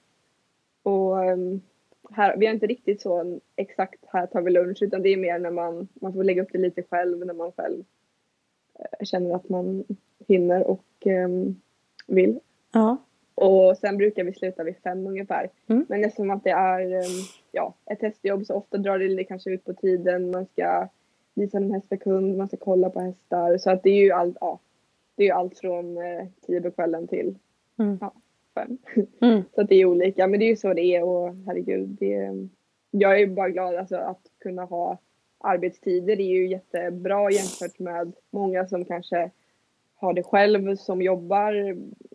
Och um, här, vi har inte riktigt så exakt här tar vi lunch, utan det är mer när man, man får lägga upp det lite själv, när man själv eh, känner att man hinner och um, vill. Ja. Och sen brukar vi sluta vid fem ungefär. Mm. Men eftersom att det är um, ja, ett hästjobb, så ofta drar det kanske ut på tiden. Man ska visa en häst per kund, man ska kolla på hästar. Så att det är ju allt, ja, det är ju allt från eh, tio på kvällen till Mm. ja, fem. Mm. Så att det är olika, men det är ju så det är, och herregud, det, jag är ju bara glad alltså, att kunna ha arbetstider. Det är ju jättebra jämfört med många som kanske har det själv, som jobbar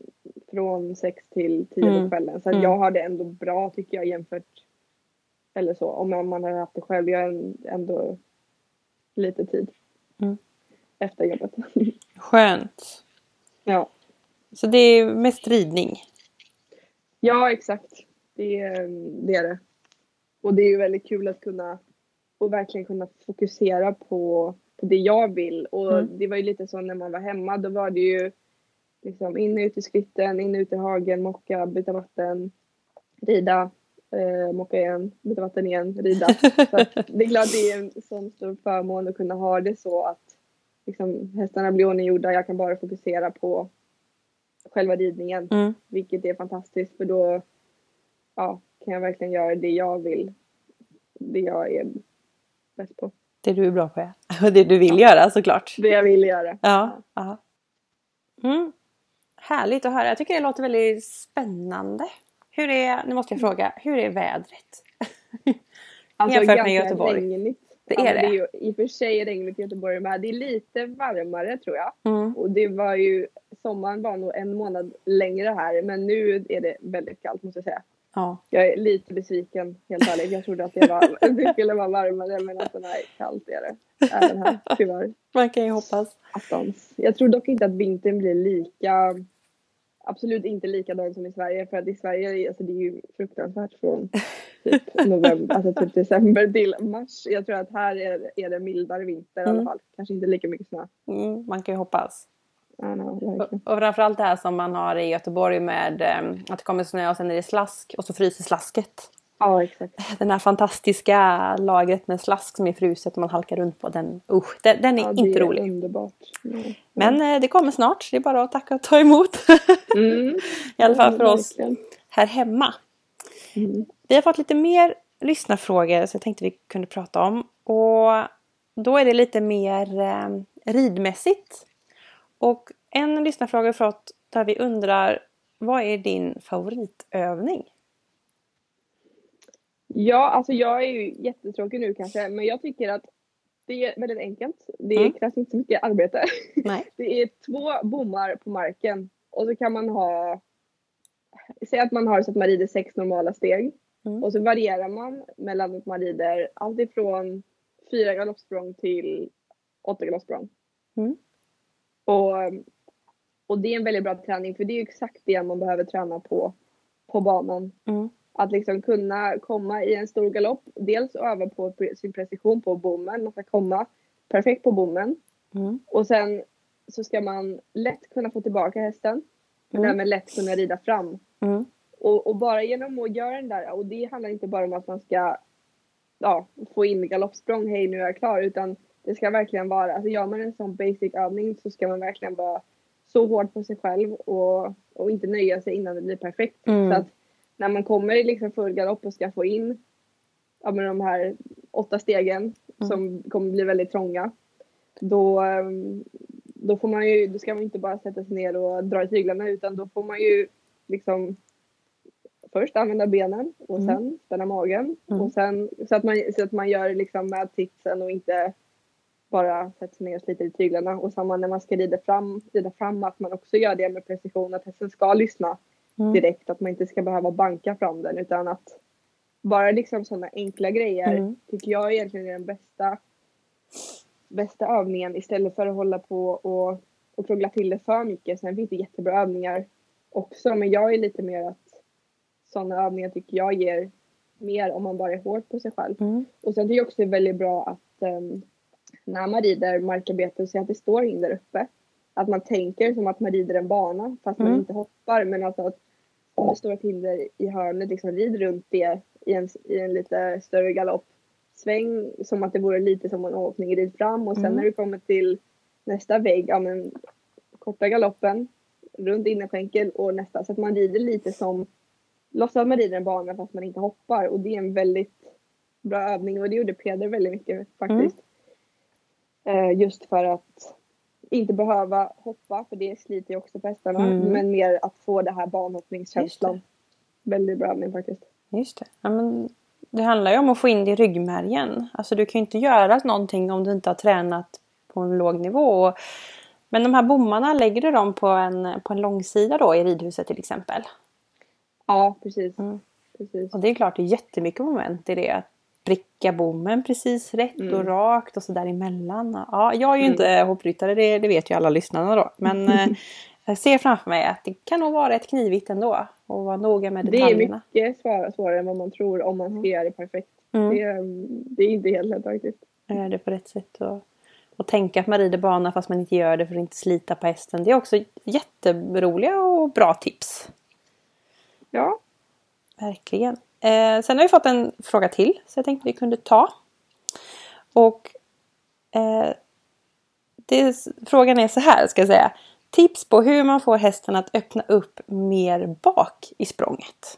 från sex till tio Mm. på kvällen. Så att Mm. jag har det ändå bra tycker jag, jämfört eller så, om man har haft det själv. Jag har ändå lite tid Mm. efter jobbet. Skönt. Ja. Så det är mest ridning. Ja, exakt. Det, är- det är det. Och det är ju väldigt kul att kunna och verkligen kunna fokusera på, på det jag vill. Och Mm. det var ju lite så när man var hemma. Då var det ju liksom in och ut i skritten, in och ut i hagen, mocka, byta vatten, rida, eh, mocka igen, byta vatten igen, rida. Så att det är klart det är en sån stor förmån att kunna ha det så att liksom, hästarna blir ordninggjorda. Jag kan bara fokusera på själva ridningen. Mm. Vilket är fantastiskt, för då ja, kan jag verkligen göra det jag vill. Det jag är bäst på. Det du är bra på, ja. Och det du vill göra såklart. Det jag vill göra. Ja. Ja. Mm. Härligt att höra. Jag tycker det låter väldigt spännande. Hur är, nu måste jag fråga, hur är vädret? Alltså Jämfört med ganska Göteborg. regnigt. Det Ja, är men det. det är ju i och för sig regnigt i Göteborg med. Det är lite varmare tror jag. Mm. Och det var ju, sommaren var nog en månad längre här. Men nu är det väldigt kallt måste jag säga. Ja. Jag är lite besviken helt ärligt. Jag trodde att det, var, det skulle vara varmare, men alltså nej, kallt är det. Även här tyvärr. Man kan ju hoppas. Attans. Jag tror dock inte att vintern blir lika, absolut inte likadan som i Sverige. För att i Sverige, alltså det är ju fruktansvärt från typ november, alltså typ december till mars. Jag tror att här är, är det mildare vinter i alla Mm. fall. Kanske inte lika mycket snö. Mm, man kan ju hoppas. Ja, no, Och, verkligen. och framförallt det här som man har i Göteborg med eh, att det kommer snö och sen är det slask och så fryser slasket. Ja, exakt. Den här fantastiska lagret med slask som är fruset och man halkar runt på den. Usch, den, den är Ja, inte det är rolig. underbart. Ja. Men eh, det kommer snart. Det är bara att tacka och ta emot. Mm. I alla fall för Ja, oss verkligen. här hemma. Mm. Vi har fått lite mer lyssnarfrågor så jag tänkte vi kunde prata om. Och då är det lite mer eh, ridmässigt. Och en lyssnarfråga vi fått där vi undrar, vad är din favoritövning? Ja, alltså jag är ju jättetråkig nu kanske, men jag tycker att det är väldigt enkelt. Det Mm. krävs inte så mycket arbete. Nej. Det är två bommar på marken och så kan man ha, säg att man har så att man rider sex normala steg. Mm. Och så varierar man mellan att man rider allt ifrån fyra galoppsprång till åtta galoppsprång. Mm. Och, och det är en väldigt bra träning, för det är exakt det man behöver träna på på banan. Mm. Att liksom kunna komma i en stor galopp. Dels öva på sin precision på bommen. Man ska komma perfekt på bommen. Mm. Och sen så ska man lätt kunna få tillbaka hästen. Men Mm. även lätt kunna rida fram. Mm. Och, och bara genom att göra den där. Och det handlar inte bara om att man ska ja, få in galoppsprång. Hej, nu är jag klar. Utan det ska verkligen vara. Alltså gör man en sån basic övning så ska man verkligen vara så hård på sig själv. Och, och inte nöja sig innan det blir perfekt. Mm. Så att när man kommer i liksom full galopp och ska få in ja, med de här åtta stegen Mm. som kommer bli väldigt trånga. Då, då, får man ju, då ska man inte bara sätta sig ner och dra i tyglarna, utan då får man ju liksom först använda benen och Mm. sen spänna magen. Mm. Och sen, så, att man, så att man gör liksom med titsen och inte bara sätter sig ner och sliter i tyglarna. Och samma när man ska rida fram, rida fram att man också gör det med precision, att hästen ska lyssna Mm. direkt, att man inte ska behöva banka fram den, utan att bara liksom sådana enkla grejer Mm. tycker jag egentligen är den bästa bästa övningen, istället för att hålla på och, och krångla till det för mycket. Sen finns det jättebra övningar också, men jag är lite mer att sådana övningar tycker jag ger mer om man bara är hård på sig själv. Mm. Och sen tycker jag också det är väldigt bra att um, när man rider markarbete och ser att det står hinder uppe, att man tänker som att man rider en bana fast man Mm. inte hoppar, men alltså att om det står ett hinder i hörnet, liksom rid runt det i en, i en lite större galopp. Sväng som att det vore lite som en åkning, rid fram och sen Mm. när du kommer till nästa vägg, ja men korta galoppen runt innerskänkel och nästa, så att man rider lite som låtsas att man rider en bana fast man inte hoppar, och det är en väldigt bra övning och det gjorde Peder väldigt mycket faktiskt. Mm. Uh, just för att inte behöva hoppa, för det sliter ju också på hästarna. Mm. Men mer att få det här banhoppningskänslan. Väldigt bra övning faktiskt. Just det. Ja, men det handlar ju om att få in det i ryggmärgen. Alltså du kan ju inte göra någonting om du inte har tränat på en låg nivå. Men de här bommarna, lägger du dem på en, på en långsida då i ridhuset till exempel? Ja, precis. Mm. precis. Och det är klart, det är jättemycket moment i det. Att pricka bommen precis rätt Mm. och rakt och så där emellan. Ja, jag är ju Mm. inte hoppryttare, det, det vet ju alla lyssnarna då. Men eh, jag ser framför mig att det kan nog vara ett knivigt ändå. Och vara noga med detaljerna. Det är mycket svårare, svårare än vad man tror om man ska Mm. göra det perfekt. Mm. Det, är, det är inte helt lätt faktiskt. Göra det på rätt sätt. Och, och tänka att man rider bana fast man inte gör det för att inte slita på hästen. Det är också jätteroliga och bra tips. Ja. Verkligen. Eh, sen har vi fått en fråga till. Så jag tänkte vi kunde ta. Och eh, det, frågan är så här ska jag säga. Tips på hur man får hästen att öppna upp mer bak i språnget.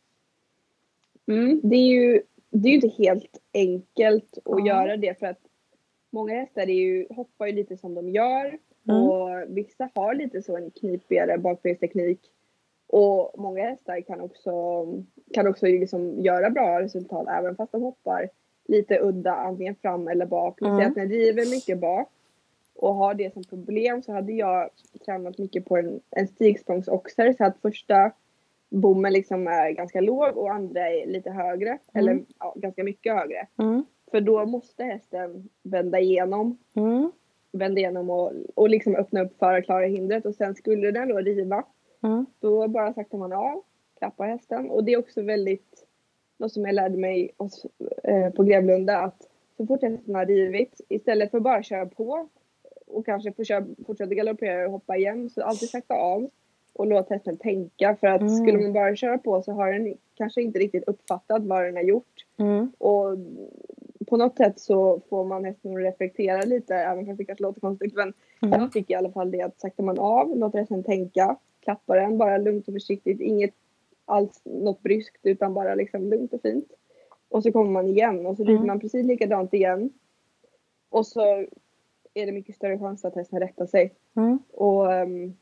Mm, det är ju det är ju inte helt enkelt att Ja. göra det, för att många hästar är ju, hoppar ju lite som de gör. Mm. Och vissa har lite så en knipigare bakbensteknik. Och många hästar kan också, kan också liksom göra bra resultat även fast de hoppar lite udda, antingen fram eller bak. Men Mm. säg att när de river mycket bak och har det som problem, så hade jag tränat mycket på en, en stigsprångsoxer, så att första bommen liksom är ganska låg och andra är lite högre. Mm. Eller ja, ganska mycket högre. Mm. För då måste hästen vända igenom. Mm. Vända igenom och, och liksom öppna upp för att klara hindret. Och sen skulle den då riva. Mm. Då bara saktar man av. Klappar hästen. Och det är också väldigt, något som jag lärde mig hos, eh, på Grevlunda. Att så fort hästen har rivit, istället för bara köra på. Och kanske få köra, fortsätta galoppera och hoppa igen. Så alltid sakta av. Och låt hästen tänka. För att Mm. skulle man bara köra på, så har den kanske inte riktigt uppfattat vad den har gjort. Mm. Och på något sätt så får man hästen att reflektera lite, även fast det kanske låter konstigt. Men Mm. jag tycker i alla fall det, att saktar man av, låter hästen tänka, klappar den bara lugnt och försiktigt, inget alls något bryskt, utan bara liksom lugnt och fint. Och så kommer man igen och så rider Mm. man precis likadant igen. och så är det mycket större chans att hästen rättar sig. Mm. Och um,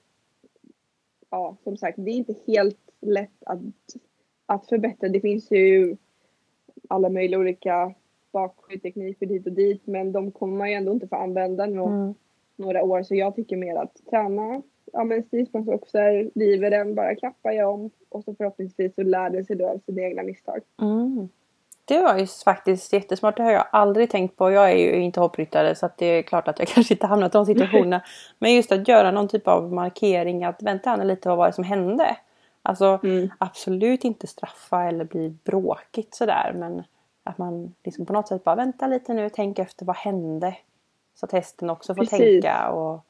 ja, som sagt, det är inte helt lätt att, att förbättra. Det finns ju alla möjliga olika bakskyddstekniker hit och dit, men de kommer man ju ändå inte få använda nu Mm. några år. Så jag tycker mer att träna, ja men stilsprångsoxar, river den, bara klappar jag om och så förhoppningsvis så lär den sig då av sina egna misstag. Mm. Det var ju faktiskt jättesmart, det har jag aldrig tänkt på. Jag är ju inte hoppryttare så att det är klart att jag kanske inte hamnat i de situationerna. Men just att göra någon typ av markering, att vänta här lite, vad var det som hände? Alltså Mm. absolut inte straffa eller bli bråkigt sådär, men att man liksom på något sätt bara vänta lite nu, tänk efter vad hände. Så att hästen också får Precis. tänka och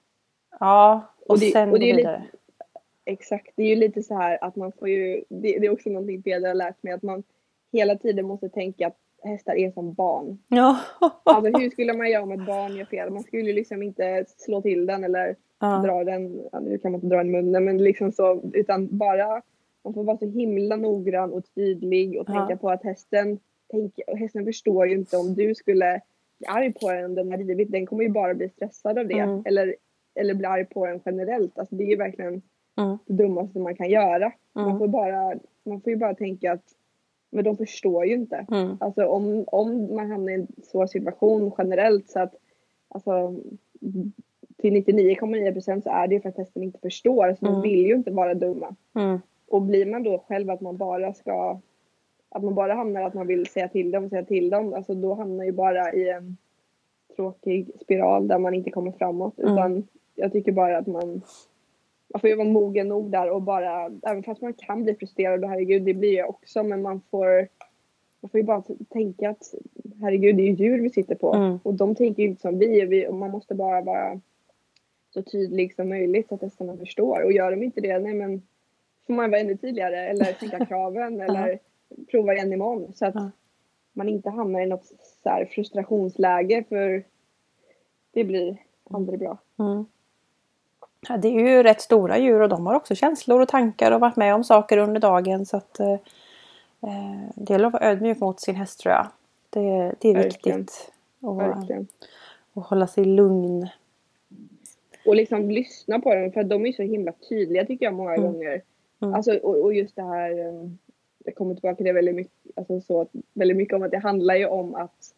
ja, och, Och det- sen och det gå är vidare. lite- Exakt, det är ju lite så här att man får ju, det, det är också någonting Peder har lärt mig, att man hela tiden måste tänka att hästar är som barn. Ja. Alltså hur skulle man göra om ett barn gör fel? Man skulle ju liksom inte slå till den eller Ja. dra den, ja, nu kan man inte dra den i munnen, men liksom så, utan bara, man får vara så himla noggrann och tydlig och Ja. tänka på att hästen, tänker, hästen förstår ju inte om du skulle bli arg på den, den har rivit, den kommer ju bara bli stressad av det, Mm. eller, eller bli arg på den generellt, alltså det är ju verkligen Mm. det dummaste man kan göra. Mm. Man får bara, man får ju bara tänka att, men de förstår ju inte. Mm. Alltså om, om man hamnar i en svår situation generellt så att alltså till nittionio komma nio procent så är det ju för att hästen inte förstår. Så Mm. de vill ju inte vara dumma. Mm. Och blir man då själv att man bara ska, att man bara hamnar att man vill säga till dem och säga till dem, alltså då hamnar ju bara i en tråkig spiral där man inte kommer framåt. Mm. Utan jag tycker bara att man man får ju vara mogen nog där och bara, även fast man kan bli frustrerad, och herregud det blir jag också, men man får man får ju bara t- tänka att herregud det är ju djur vi sitter på, Mm. och de tänker ju inte som vi, och vi och man måste bara vara så tydlig som möjligt så att hästarna förstår, och gör de inte det, nej men får man vara ännu tydligare eller sänka kraven eller prova igen imorgon så att Ja. man inte hamnar i något så här frustrationsläge, för det blir aldrig bra. Mm. Ja, det är ju rätt stora djur och de har också känslor och tankar och varit med om saker under dagen, så att eh, det gäller att vara ödmjuk mot sin häst, tror jag. Det, det är Verkligen. viktigt och, Verkligen. och hålla sig lugn. Och liksom lyssna på dem, för att de är så himla tydliga tycker jag många Mm. gånger. Mm. Alltså, och, och just det här, um, jag kommer tillbaka till det väldigt mycket, alltså så, att- väldigt mycket om att det handlar ju om att,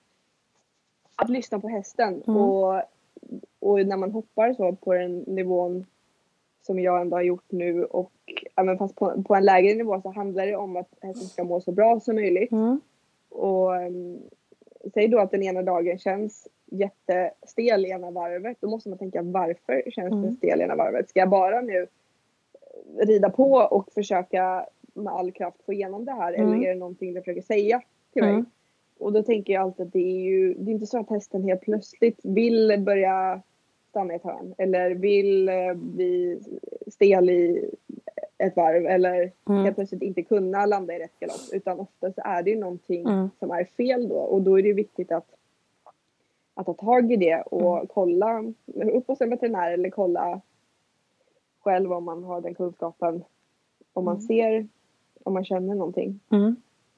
att lyssna på hästen. Mm. Och, och när man hoppar så på den nivån som jag ändå har gjort nu, och även fast på, på en lägre nivå, så handlar det om att hästen ska må så bra som möjligt. Mm. Och um, säg då att den ena dagen känns jättestel i ena varvet. Då måste man tänka, varför känns Mm. den stel i ena varvet? Ska jag bara nu rida på och försöka med all kraft få igenom det här? Mm. Eller är det någonting jag försöker säga till mig? Mm. Och då tänker jag alltid att det är ju, det är inte så att hästen helt plötsligt vill börja stanna i ett hörn. Eller vill eh, bli stel i ett varv. Eller Mm. helt plötsligt inte kunna landa i rätt galopp. Utan ofta så är det ju någonting Mm. som är fel då. Och då är det viktigt att, att ta tag i det och Mm. kolla upp hos en veterinär, eller kolla själv om man har den kunskapen. Om man Mm. ser, om man känner någonting. Mm.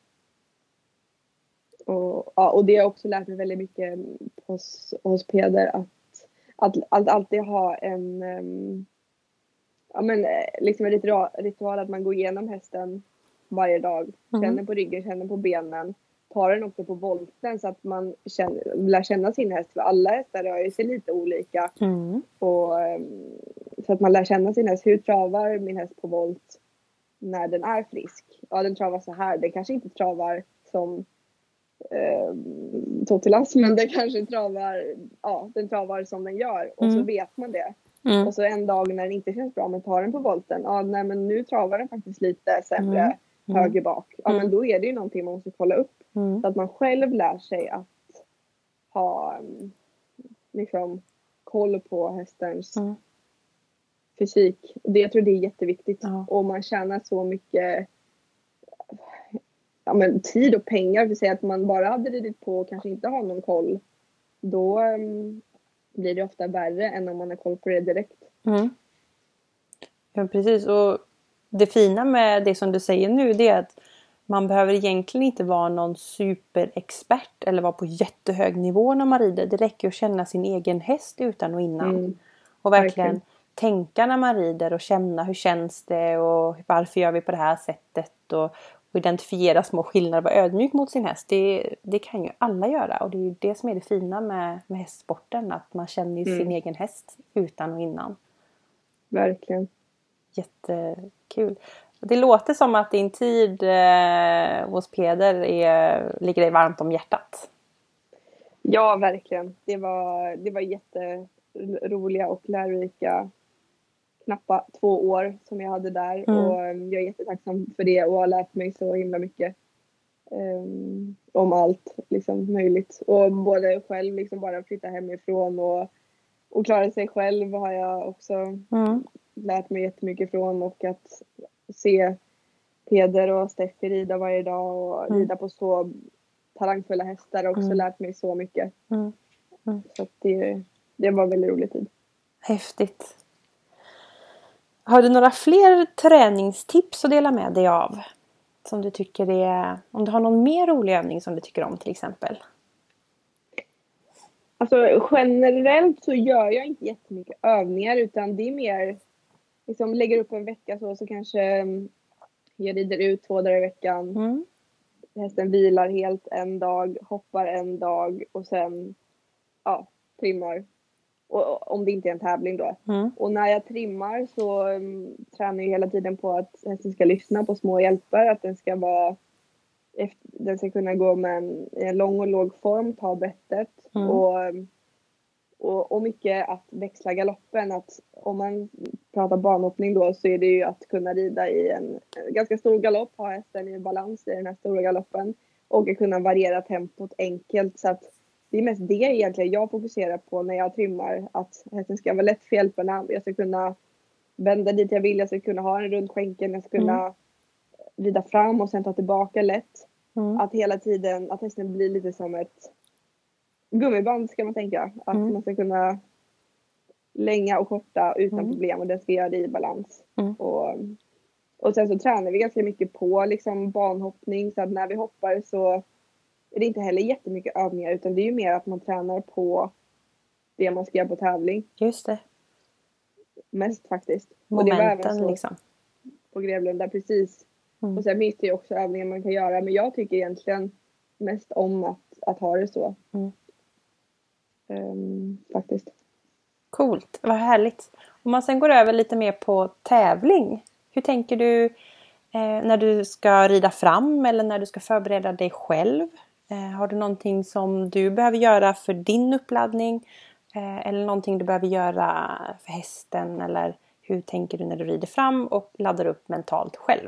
Och, ja, och det har jag också lärt mig väldigt mycket hos, hos Peder, att, att, att alltid ha en, um, ja, men, eh, liksom en ritual, ritual att man går igenom hästen varje dag. Mm. Känner på ryggen, känner på benen. Tar den också på volten så att man känner, lär känna sin häst. För alla hästar rör ju sig lite olika. Mm. Och, um, så att man lär känna sin häst. Hur travar min häst på volt när den är frisk? Ja, den travar så här. Den kanske inte travar som eh, Totilas, men den kanske travar, ja, den travar som den gör. Och Mm. så vet man det. Mm. Och så en dag när den inte känns bra, men tar den på volten. Ja, nej, men nu travar den faktiskt lite sämre Mm. Mm. höger bak. Ja, Mm. men då är det ju någonting man måste kolla upp. Mm. Så att man själv lär sig att ha um, liksom koll på hästens Mm. fysik. Det, jag tror det är jätteviktigt. Ja. Och man tjänar så mycket ja, men tid och pengar. För att säga att man bara hade ridit på och kanske inte har någon koll. Då um, blir det ofta värre än om man har koll på det direkt. Mm. Ja, precis. Och det fina med det som du säger nu, det är att man behöver egentligen inte vara någon superexpert eller vara på jättehög nivå när man rider. Det räcker att känna sin egen häst utan och innan. Mm. Och verkligen, Verkligen tänka när man rider och känna hur känns det och varför gör vi på det här sättet. Och, och identifiera små skillnader, vara ödmjuk mot sin häst. Det, det kan ju alla göra och det är ju det som är det fina med, med hästsporten. Att man känner mm. sin egen häst utan och innan. Verkligen. Jättekul. Det låter som att din tid eh, hos Peder är, ligger dig varmt om hjärtat. Ja, verkligen. Det var, det var jätteroliga och lärorika knappa två år som jag hade där. Mm. Och jag är jättetacksam för det och har lärt mig så himla mycket um, om allt liksom, möjligt. Och både själv liksom bara flytta hemifrån och, och klara sig själv har jag också mm. lärt mig jättemycket från. Och att se Peder och Steffi rida varje dag och mm. rida på så talangfulla hästar har också mm. lärt mig så mycket. Mm. Mm. Så att det, det var en väldigt rolig tid. Häftigt. Har du några fler träningstips att dela med dig av? Som du tycker är... Om du har någon mer rolig övning som du tycker om till exempel? Alltså generellt så gör jag inte jättemycket övningar utan det är mer... Liksom lägger upp en vecka så, så kanske jag rider ut två dagar i veckan. Mm. Hästen vilar helt en dag, hoppar en dag och sen ja, trimmar. Och, om det inte är en tävling då. Mm. Och när jag trimmar så um, tränar jag hela tiden på att hästen ska lyssna på små hjälper. Att den ska vara, efter, den ska kunna gå med en, en lång och låg form, ta bettet. Mm. Och, och, och mycket att växla galoppen. Att om man pratar banhoppning då så är det ju att kunna rida i en, en ganska stor galopp. Ha hästen i balans i den här stora galoppen. Och att kunna variera tempot enkelt så att det är mest det egentligen jag fokuserar på när jag trimmar. Att hästen ska vara lätt för hjälperna. Jag ska kunna vända dit jag vill. Jag ska kunna ha den runt skänkeln. Jag ska kunna mm. rida fram och sen ta tillbaka lätt. Mm. Att hela tiden, att hästen blir lite som ett gummiband ska man tänka. Att mm. man ska kunna länga och korta utan mm. problem. Och den ska göra det i balans. Mm. Och, och sen så tränar vi ganska mycket på liksom banhoppning. Så att när vi hoppar så är det inte heller jättemycket övningar utan det är ju mer att man tränar på det man ska göra på tävling. Just det. Mest faktiskt. Momenten och det var även så liksom. På Grevlunda, precis. Mm. Och sen finns det ju också övningar man kan göra. Men jag tycker egentligen mest om att, att ha det så. Mm. Um, faktiskt. Coolt, vad härligt. Om man sen går över lite mer på tävling. Hur tänker du eh, när du ska rida fram eller när du ska förbereda dig själv? Har du någonting som du behöver göra för din uppladdning? Eller någonting du behöver göra för hästen? Eller hur tänker du när du rider fram och laddar upp mentalt själv?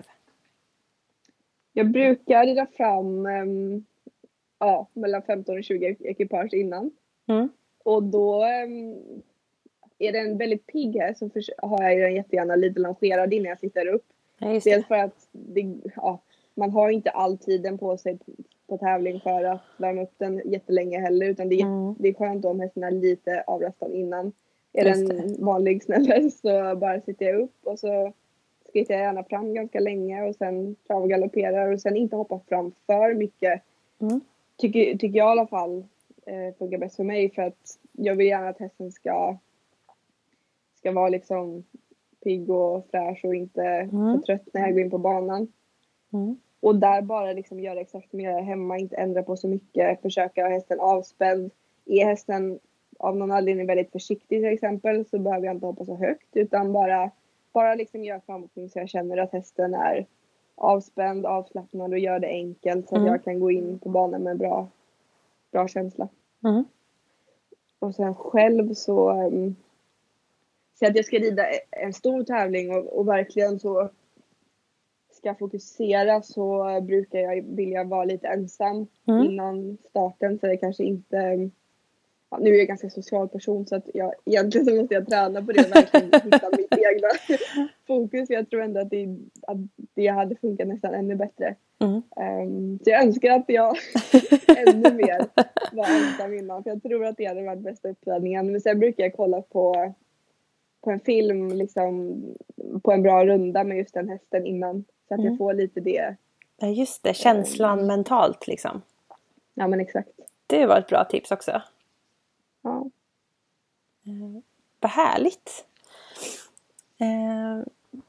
Jag brukar rida fram um, ja, mellan femton och tjugo ekipage innan. Mm. Och då um, är det en väldigt pigg här så för, har jag den jättegärna lite longerad innan jag sitter upp. Ja, just det. Dels för att det, ja, man har inte all tiden på sig på tävling för att värma upp den jättelänge heller. Utan det är, mm. det är skönt om hästen är lite avrastad innan. Är den vanlig snällare så bara sitter jag upp och så skritter jag gärna fram ganska länge. Och sen trav och galopperar och sen inte hoppa fram för mycket. Mm. Tycker, tycker jag i alla fall eh, funkar bäst för mig. För att jag vill gärna att hästen ska, ska vara liksom pigg och fräsch och inte mm. för trött när jag går in på banan. Mm. Och där bara liksom göra exakt som jag gör hemma. Inte ändra på så mycket. Försöka ha hästen avspänd. Är hästen av någon anledning väldigt försiktig till exempel. Så behöver jag inte hoppa så högt. Utan bara, bara liksom göra framåtning så jag känner att hästen är avspänd, avslappnad. Och gör det enkelt. Så att mm. jag kan gå in på banan med bra, bra känsla. Mm. Och sen själv så. Um, så att jag ska rida en stor tävling. Och, och verkligen så. Ska fokusera så brukar jag vilja vara lite ensam mm. innan starten så det kanske inte ja, nu är jag ganska social person så att jag egentligen så måste jag träna på det och verkligen hitta mitt egna fokus. Jag tror ändå att det, att det hade funkat nästan ännu bättre. Mm. Um, så jag önskar att jag ännu mer var ensam innan för jag tror att det hade varit bästa uppladdningen. Men sen brukar jag kolla på på en film liksom på en bra runda med just den hästen innan. Så att mm. jag får lite det Ja, just det. Känslan mm. mentalt liksom. Ja, men exakt. Det var ett bra tips också. Ja. Eh, vad härligt. Eh,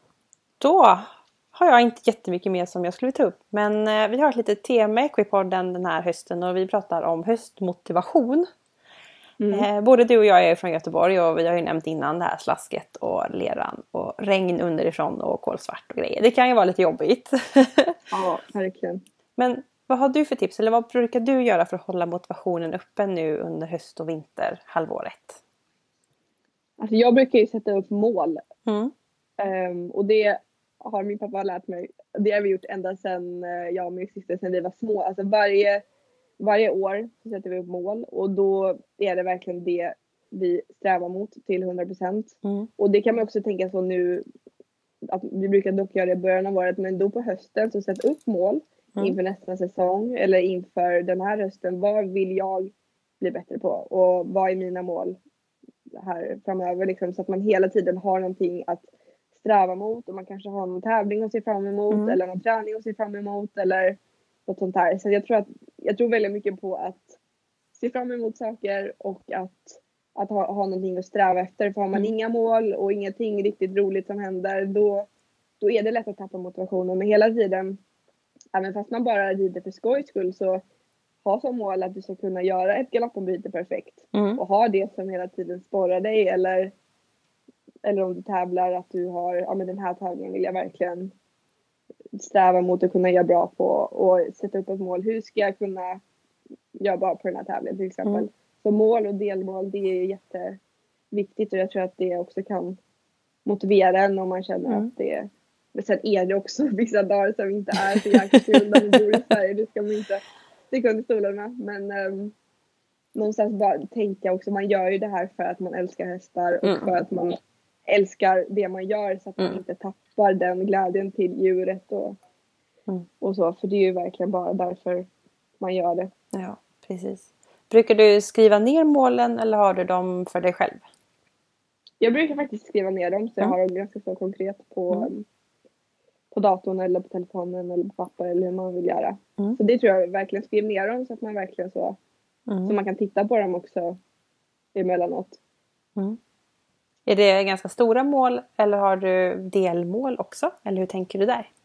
då har jag inte jättemycket mer som jag skulle ta upp. Men eh, vi har ett litet tema i Equipodden den här hösten. Och vi pratar om höstmotivation. Mm. Eh, både du och jag är från Göteborg. Och vi har ju nämnt innan det här slasket och leran. Och regn underifrån och kolsvart och grejer. Det kan ju vara lite jobbigt. Ja, verkligen. Men vad har du för tips? Eller vad brukar du göra för att hålla motivationen uppe nu under höst- och vinterhalvåret? Alltså jag brukar ju sätta upp mål. Mm. Um, och det har min pappa lärt mig. Det har vi gjort ända sedan jag och min syster sedan vi var små. Alltså varje, varje år så sätter vi upp mål. Och då är det verkligen det vi strävar mot till hundra procent. Mm. Och det kan man också tänka så nu. Att vi brukar dock göra det i början av året. Men då på hösten så sätt upp mål. Mm. Inför nästa säsong. Eller inför den här hösten. Vad vill jag bli bättre på? Och vad är mina mål här framöver? Liksom, så att man hela tiden har någonting att sträva mot. Och man kanske har någon tävling att se fram emot. Mm. Eller någon träning att se fram emot. Eller något sånt här. Så jag tror, att, jag tror väldigt mycket på att se fram emot saker. Och att, att ha, ha någonting att sträva efter. För har man mm. inga mål och ingenting riktigt roligt som händer. Då, då är det lätt att tappa motivationen. Men hela tiden, även fast man bara rider för skojs skull, så ha som mål att du ska kunna göra ett galoppenbyte perfekt. Mm. Och ha det som hela tiden sporrar dig. Eller, eller om du tävlar att du har, ja men den här tävlingen vill jag verkligen sträva mot att kunna göra bra på. Och sätta upp ett mål. Hur ska jag kunna göra bra på den här tävlingen till exempel. Mm. Så mål och delmål, det är jätteviktigt. Och jag tror att det också kan motivera en om man känner mm. att det är. Men sen är det också vissa dagar som inte är så jäkla kul när man bor i Sverige. Det ska man inte sticka under stolarna. Men um, någonstans bara tänka också. Man gör ju det här för att man älskar hästar. Och mm. för att man älskar det man gör. Så att man mm. inte tappar den glädjen till djuret. Och, mm. och så. För det är ju verkligen bara därför man gör det. Ja, precis. Brukar du skriva ner målen eller har du dem för dig själv? Jag brukar faktiskt skriva ner dem. Så mm. jag har dem ganska så konkret på... Mm. på datorn eller på telefonen eller på papper eller hur man vill göra. Mm. Så det tror jag verkligen skriver ner dem så att man verkligen så mm. så man kan titta på dem också emellanåt. Mm. Är det ganska stora mål eller har du delmål också? Eller hur tänker du där?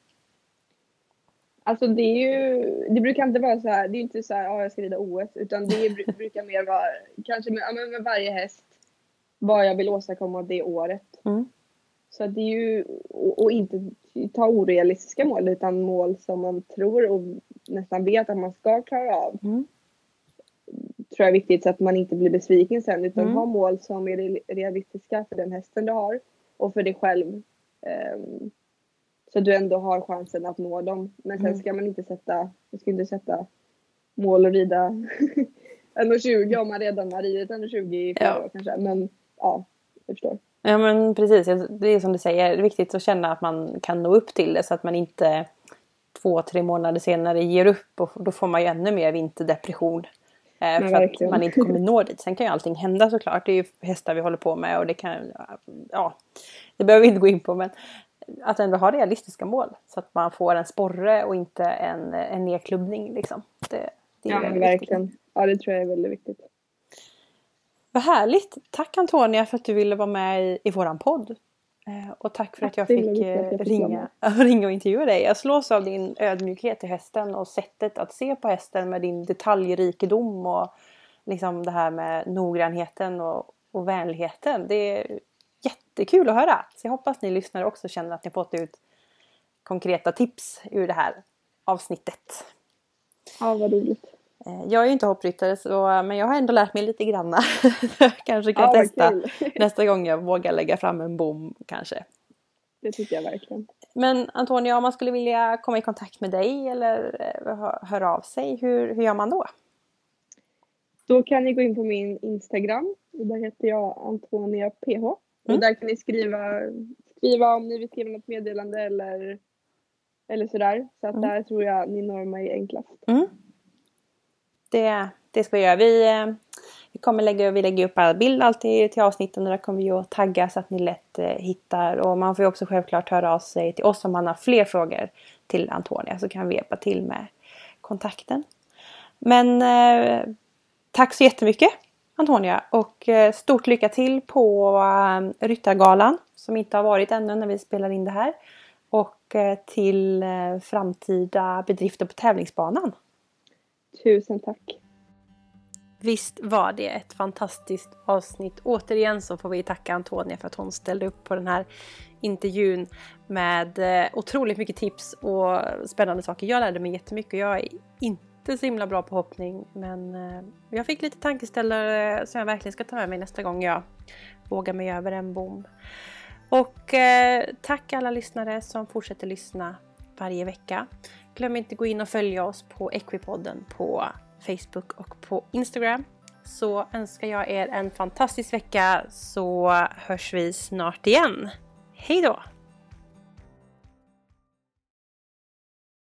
Alltså det är ju, det brukar inte vara så här, det är inte så här, ja jag ska rida O S, utan det brukar mer vara, kanske med, ja, med varje häst, vad jag vill åstadkomma det året. Mm. Så det är ju, och, och inte ta orealistiska mål utan mål som man tror och nästan vet att man ska klara av. Mm. Tror jag är viktigt så att man inte blir besviken sen utan mm. ha mål som är realistiska för den hästen du har och för dig själv. Um, så du ändå har chansen att nå dem. Men sen ska man inte sätta, man ska inte sätta mål och rida en tjugo om man redan har ridit en tjugo i flera ja. år kanske. Men ja, jag förstår. Ja men precis, det är som du säger, det är viktigt att känna att man kan nå upp till det så att man inte två, tre månader senare ger upp och då får man ju ännu mer vinterdepression. Eh, för verkligen. Att man inte kommer nå dit. Sen kan ju allting hända såklart, det är ju hästar vi håller på med och det kan, ja, det behöver vi inte gå in på men att ändå ha realistiska mål så att man får en sporre och inte en, en nedklubbning liksom. Det, det är ja men verkligen, viktigt. Ja det tror jag är väldigt viktigt. Vad härligt. Tack Antonia för att du ville vara med i, i våran podd. Eh, och tack för tack att jag fick, jag fick ringa, ringa och intervjua dig. Jag slås av din ödmjukhet till hästen och sättet att se på hästen med din detaljrikedom och liksom det här med noggrannheten och, och vänligheten. Det är jättekul att höra. Så jag hoppas ni lyssnare också känner att ni fått ut konkreta tips ur det här avsnittet. Ja, vad roligt. Jag är ju inte hoppryttare så, men jag har ändå lärt mig lite grann. Jag kanske kan ja, testa nästa gång jag vågar lägga fram en bom kanske. Det tycker jag verkligen. Men Antonia, om man skulle vilja komma i kontakt med dig eller höra av sig, hur, hur gör man då? Då kan ni gå in på min Instagram. Där heter jag Antonia P H. Mm. Och där kan ni skriva, skriva om ni vill skriva något meddelande eller, eller sådär. Så att mm. där tror jag ni når mig enklast. Mm. Det, det ska vi göra. Vi, Vi kommer lägga, vi lägger upp alla bild alltid till avsnitten och där kommer vi att tagga så att ni lätt eh, hittar. Och man får ju också självklart höra av sig till oss om man har fler frågor till Antonia, så kan vi hjälpa till med kontakten. Men eh, tack så jättemycket Antonia, och eh, stort lycka till på eh, Ryttargalan som inte har varit ännu när vi spelar in det här. Och eh, till eh, framtida bedrifter på tävlingsbanan. Tusen tack. Visst var det ett fantastiskt avsnitt. Återigen så får vi tacka Antonia för att hon ställde upp på den här intervjun med eh, otroligt mycket tips och spännande saker. Jag lärde mig jättemycket. Jag är inte så himla bra på hoppning, men eh, jag fick lite tankeställare som jag verkligen ska ta med mig nästa gång jag vågar mig över en bom. Och eh, tack alla lyssnare som fortsätter lyssna varje vecka. Glöm inte gå in och följa oss på Equipodden på Facebook och på Instagram. Så önskar jag er en fantastisk vecka, så hörs vi snart igen. Hej då!